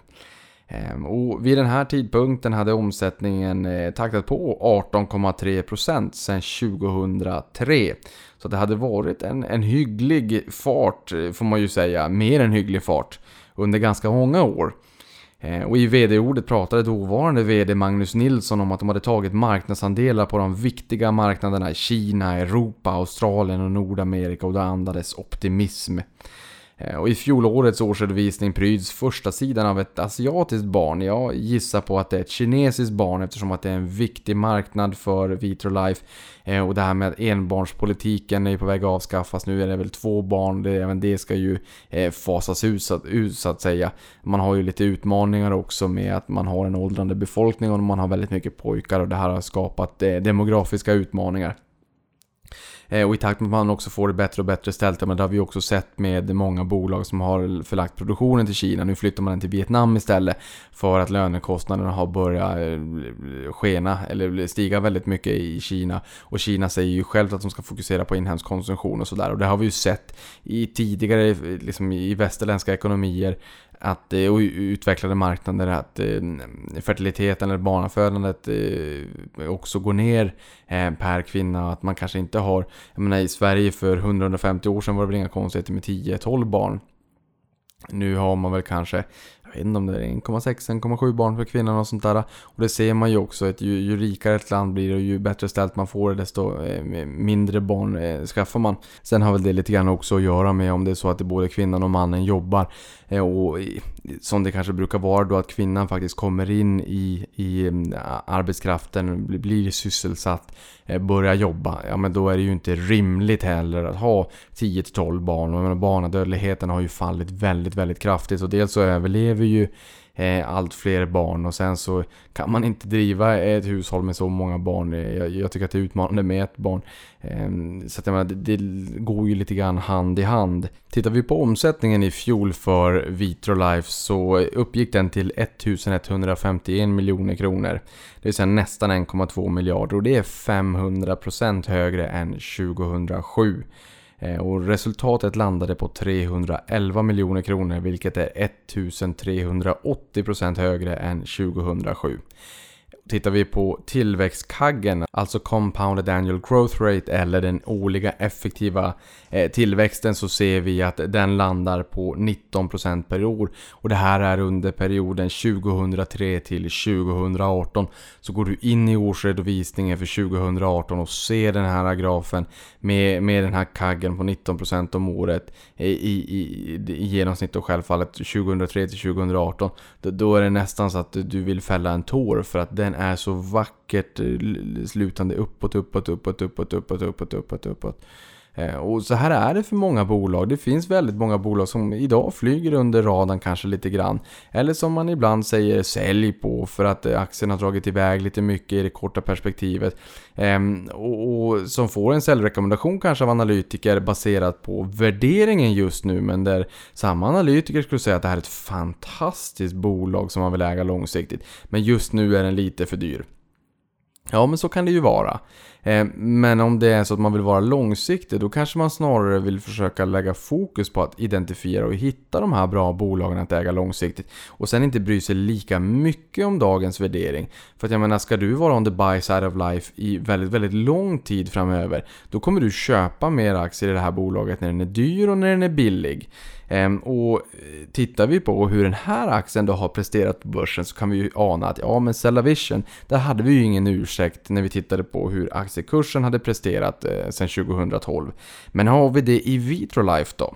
Speaker 3: Och vid den här tidpunkten hade omsättningen taktat på arton komma tre procent sedan tjugohundratre. Så det hade varit en, en hygglig fart, får man ju säga, mer än hygglig fart under ganska många år. Och i vd-ordet pratade dåvarande vd Magnus Nilsson om att de hade tagit marknadsandelar på de viktiga marknaderna i Kina, Europa, Australien och Nordamerika, och det andades optimism. Och i fjolårets årsredovisning pryds första sidan av ett asiatiskt barn. Jag gissar på att det är ett kinesiskt barn, eftersom att det är en viktig marknad för Vitrolife. Och det här med enbarnspolitiken är på väg att avskaffas. Nu är det väl två barn, det, även det ska ju fasas ut så, att, ut så att säga. Man har ju lite utmaningar också med att man har en åldrande befolkning och man har väldigt mycket pojkar, och det här har skapat demografiska utmaningar. Och i takt med att man också får det bättre och bättre ställt, men det har vi också sett med många bolag som har förlagt produktionen till Kina. Nu flyttar man den till Vietnam istället för att lönekostnaderna har börjat skena eller stiga väldigt mycket i Kina. Och Kina säger ju själv att de ska fokusera på inhemsk konsumtion och sådär. Och det har vi ju sett i tidigare liksom i västerländska ekonomier att och utvecklade marknader att fertiliteten eller barnafödandet också går ner per kvinna, att man kanske inte har, jag menar, i Sverige för hundra till hundrafemtio år sedan var det väl inga konstigheter med tio till tolv barn. Nu har man väl kanske, jag vet inte om det är en komma sex till en komma sju barn för kvinnan och sånt där. Och det ser man ju också, att ju, ju rikare ett land blir och ju bättre ställt man får, desto eh, mindre barn eh, skaffar man. Sen har väl det lite grann också att göra med om det är så att det både kvinnan och mannen jobbar. Eh, och som det kanske brukar vara då, att kvinnan faktiskt kommer in i, i arbetskraften, blir, blir sysselsatt, eh, börjar jobba. Ja, men då är det ju inte rimligt heller att ha tio till tolv barn. Och barnadödligheten har ju fallit väldigt, väldigt kraftigt. Och dels så överlever ju eh, allt fler barn, och sen så kan man inte driva ett hushåll med så många barn. Jag, jag tycker att det är utmanande med ett barn. Eh, så att jag menar, det, det går ju lite grann hand i hand. Tittar vi på omsättningen i fjol för Vitrolife så uppgick den till ettusenetthundrafemtioen miljoner kronor. Det vill säga nästan en komma två miljarder, och det är femhundra procent högre än tjugohundrasju. Och resultatet landade på trehundraelva miljoner kronor, vilket är ettusentrehundraåttio procent högre än tjugohundrasju. Tittar vi på tillväxtkaggen, alltså compounded annual growth rate eller den årliga effektiva eh, tillväxten, så ser vi att den landar på nitton procent per år, och det här är under perioden tjugohundratre till tjugohundraarton. Så går du in i årsredovisningen för tjugohundraarton och ser den här grafen med, med den här kaggen på nitton procent om året i, i, i, i genomsnitt, och självfallet tjugohundratre till tjugohundraarton, då, då är det nästan så att du vill fälla en tår, för att den är så vackert slutande uppåt, uppåt, uppåt, uppåt, uppåt, uppåt, uppåt, uppåt. Och så här är det för många bolag. Det finns väldigt många bolag som idag flyger under radarn kanske lite grann. Eller som man ibland säger sälj på, för att aktien har dragit iväg lite mycket i det korta perspektivet. Och, och som får en säljrekommendation kanske av analytiker baserat på värderingen just nu. Men där samma analytiker skulle säga att det här är ett fantastiskt bolag som man vill äga långsiktigt. Men just nu är den lite för dyr. Ja, men så kan det ju vara. Eh, men om det är så att man vill vara långsiktig, då kanske man snarare vill försöka lägga fokus på att identifiera och hitta de här bra bolagen att äga långsiktigt. Och sen inte bry sig lika mycket om dagens värdering. För att jag menar, ska du vara on the buy side of life i väldigt, väldigt lång tid framöver, då kommer du köpa mer aktier i det här bolaget när den är dyr och när den är billig. Um, och tittar vi på hur den här aktien då har presterat på börsen, så kan vi ju ana att ja, men Cellavision, där hade vi ju ingen ursäkt när vi tittade på hur aktiekursen hade presterat eh, sedan tjugohundratolv. Men har vi det i Vitrolife då?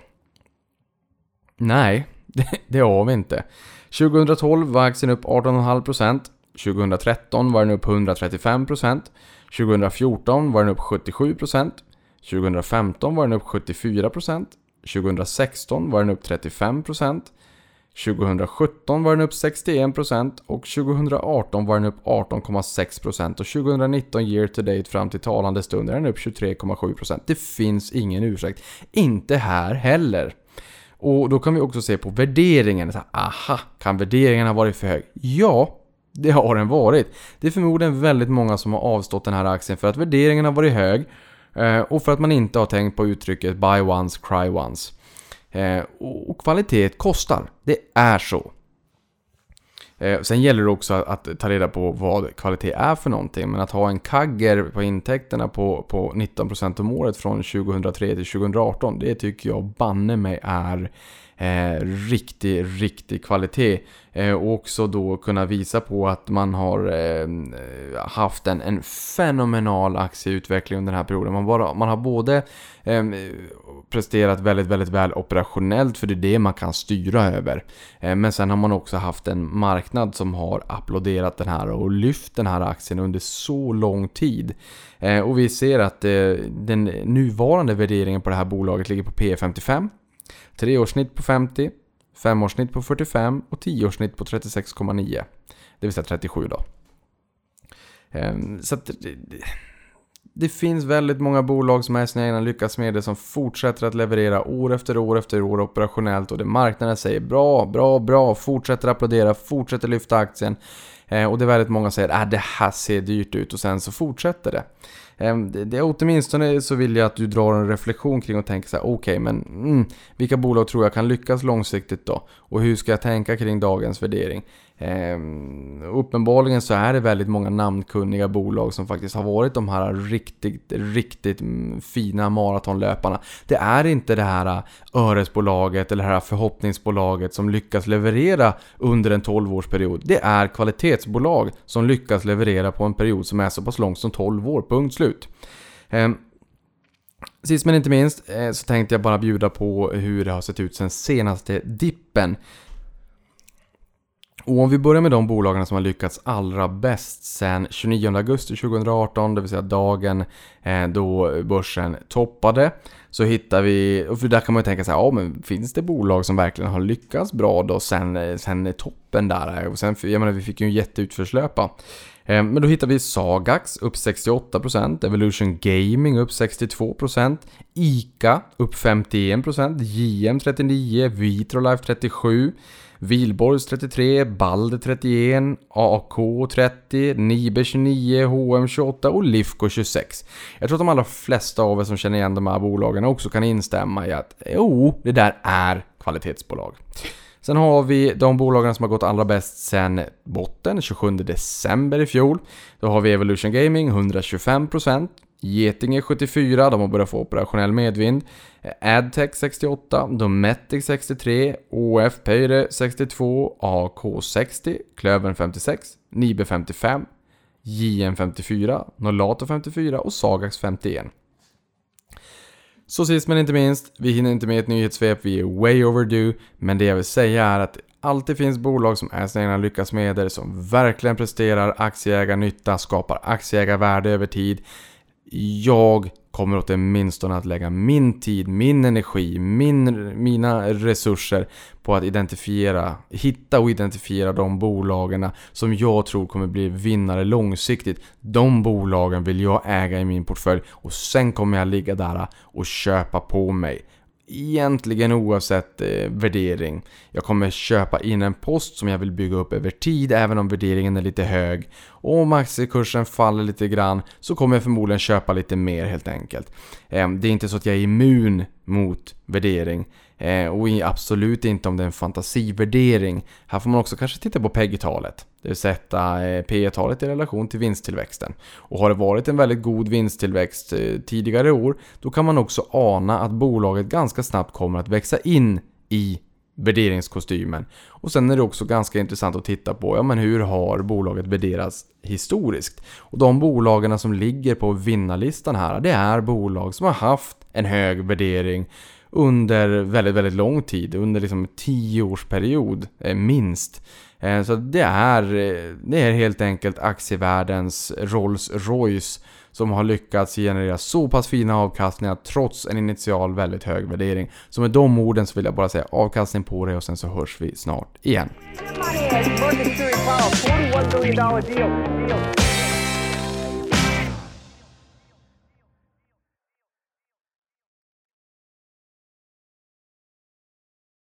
Speaker 3: Nej, det, det har vi inte. tjugohundratolv var aktien upp arton komma fem procent, tjugohundratretton var den upp hundratrettiofem procent, tjugohundrafjorton var den upp sjuttiosju procent, tjugohundrafemton var den upp sjuttiofyra procent, tjugohundrasexton var den upp trettiofem procent, tjugohundrasjutton var den upp sextioen procent och tjugohundraarton var den upp arton komma sex procent, och tjugohundranitton year to date fram till talande stund är den upp tjugotre komma sju procent. Det finns ingen ursäkt. Inte här heller. Och då kan vi också se på värderingen. Så, aha, kan värderingen ha varit för hög? Ja, det har den varit. Det är förmodligen väldigt många som har avstått den här aktien för att värderingen har varit hög. Och för att man inte har tänkt på uttrycket buy once, cry once. Och kvalitet kostar. Det är så. Sen gäller det också att ta reda på vad kvalitet är för någonting. Men att ha en kagger på intäkterna på, på nitton procent om året från tjugohundratre till tjugohundraarton, det tycker jag banne mig är Eh, riktig, riktig kvalitet. Eh, och också då kunna visa på att man har eh, haft en, en fenomenal aktieutveckling under den här perioden. Man, bara, man har både eh, presterat väldigt, väldigt väl operationellt, för det är det man kan styra över. Eh, men sen har man också haft en marknad som har applåderat den här och lyft den här aktien under så lång tid. Eh, och vi ser att eh, den nuvarande värderingen på det här bolaget ligger på P E femtiofem. Treårssnitt på femtio, femårssnitt på fyrtiofem och tioårssnitt på trettiosex komma nio. Det vill säga trettiosju då. Så att det, det finns väldigt många bolag som är sina egna lyckas med det, som fortsätter att leverera år efter år efter år operationellt, och det marknaden säger bra, bra, bra, fortsätter applådera, fortsätter lyfta aktien. Och det är väldigt många som säger att äh, det här ser dyrt ut, och sen så fortsätter det. Det, det åtminstone så vill jag att du drar en reflektion kring och tänker så här: okej, okay, men mm, vilka bolag tror jag kan lyckas långsiktigt då? Och hur ska jag tänka kring dagens värdering? Eh, uppenbarligen så är det väldigt många namnkunniga bolag som faktiskt har varit de här riktigt, riktigt fina maratonlöparna. Det är inte det här öresbolaget eller det här förhoppningsbolaget som lyckas leverera under en tolv-årsperiod. Det är kvalitetsbolag som lyckas leverera på en period som är så pass lång som tolv år, punkt slut. Eh, Sist men inte minst eh, så tänkte jag bara bjuda på hur det har sett ut sen senaste dippen. Och om vi börjar med de bolagen som har lyckats allra bäst sedan tjugonionde augusti tjugoarton, det vill säga dagen eh, då börsen toppade, så hittar vi, och för där kan man ju tänka sig, ja men finns det bolag som verkligen har lyckats bra då sen, sen toppen där? Och sen, jag menar, vi fick ju en jätteutförslöpa. Eh, men då hittar vi Sagax upp sextioåtta procent, Evolution Gaming upp sextiotvå procent, ICA upp femtioen procent, J M trettionio, Vitrolife trettiosju, Wihlborgs trettiotre, Balder trettioen, A K trettio, Nibe tjugonio, H M tjugoåtta och Lifco tjugosex. Jag tror att de allra flesta av er som känner igen de här bolagen också kan instämma i att jo, det där är kvalitetsbolag. Sen har vi de bolagen som har gått allra bäst sen botten, tjugosjunde december i fjol. Då har vi Evolution Gaming hundratjugofem procent, Getinge sjuttiofyra, de har börjat få operationell medvind, Adtech sextioåtta, Dometic sextiotre, O F Pöyre sextiotvå, A K sextio, Klövern femtiosex, Nibe femtiofem, J M femtiofyra, Nolato femtiofyra och Sagax femtioen. Så sist men inte minst, vi hinner inte med ett nyhetssvep, vi är way overdue, men det jag vill säga är att det alltid finns bolag som ägarna lyckas med det, som verkligen presterar aktieägarnytta, skapar aktieägarvärde över tid. Jag kommer åtminstone att lägga min tid, min energi, min, mina resurser på att identifiera, hitta och identifiera de bolagen som jag tror kommer bli vinnare långsiktigt. De bolagen vill jag äga i min portfölj och sen kommer jag ligga där och köpa på mig. Egentligen oavsett eh, värdering. Jag kommer köpa in en post som jag vill bygga upp över tid, även om värderingen är lite hög. Och om aktiekursen faller lite grann så kommer jag förmodligen köpa lite mer helt enkelt. Eh, det är inte så att jag är immun mot värdering. Eh, och absolut inte om det är en fantasivärdering. Här får man också kanske titta på P E G-talet. Det vill sätta eh, P E-talet i relation till vinsttillväxten. Och har det varit en väldigt god vinsttillväxt eh, tidigare år, då kan man också ana att bolaget ganska snabbt kommer att växa in i värderingskostymen. Och sen är det också ganska intressant att titta på, ja men hur har bolaget värderats historiskt? Och de bolagen som ligger på vinnarlistan här, det är bolag som har haft en hög värdering under väldigt, väldigt lång tid, under liksom en tioårsperiod eh, minst. Eh, så det är, det är helt enkelt aktievärldens Rolls Royce som har lyckats generera så pass fina avkastningar trots en initial väldigt hög värdering. Så med de orden så vill jag bara säga avkastning på det och sen så hörs vi snart igen.
Speaker 1: Emergency Powell, forty-one billion dollars deal. deal.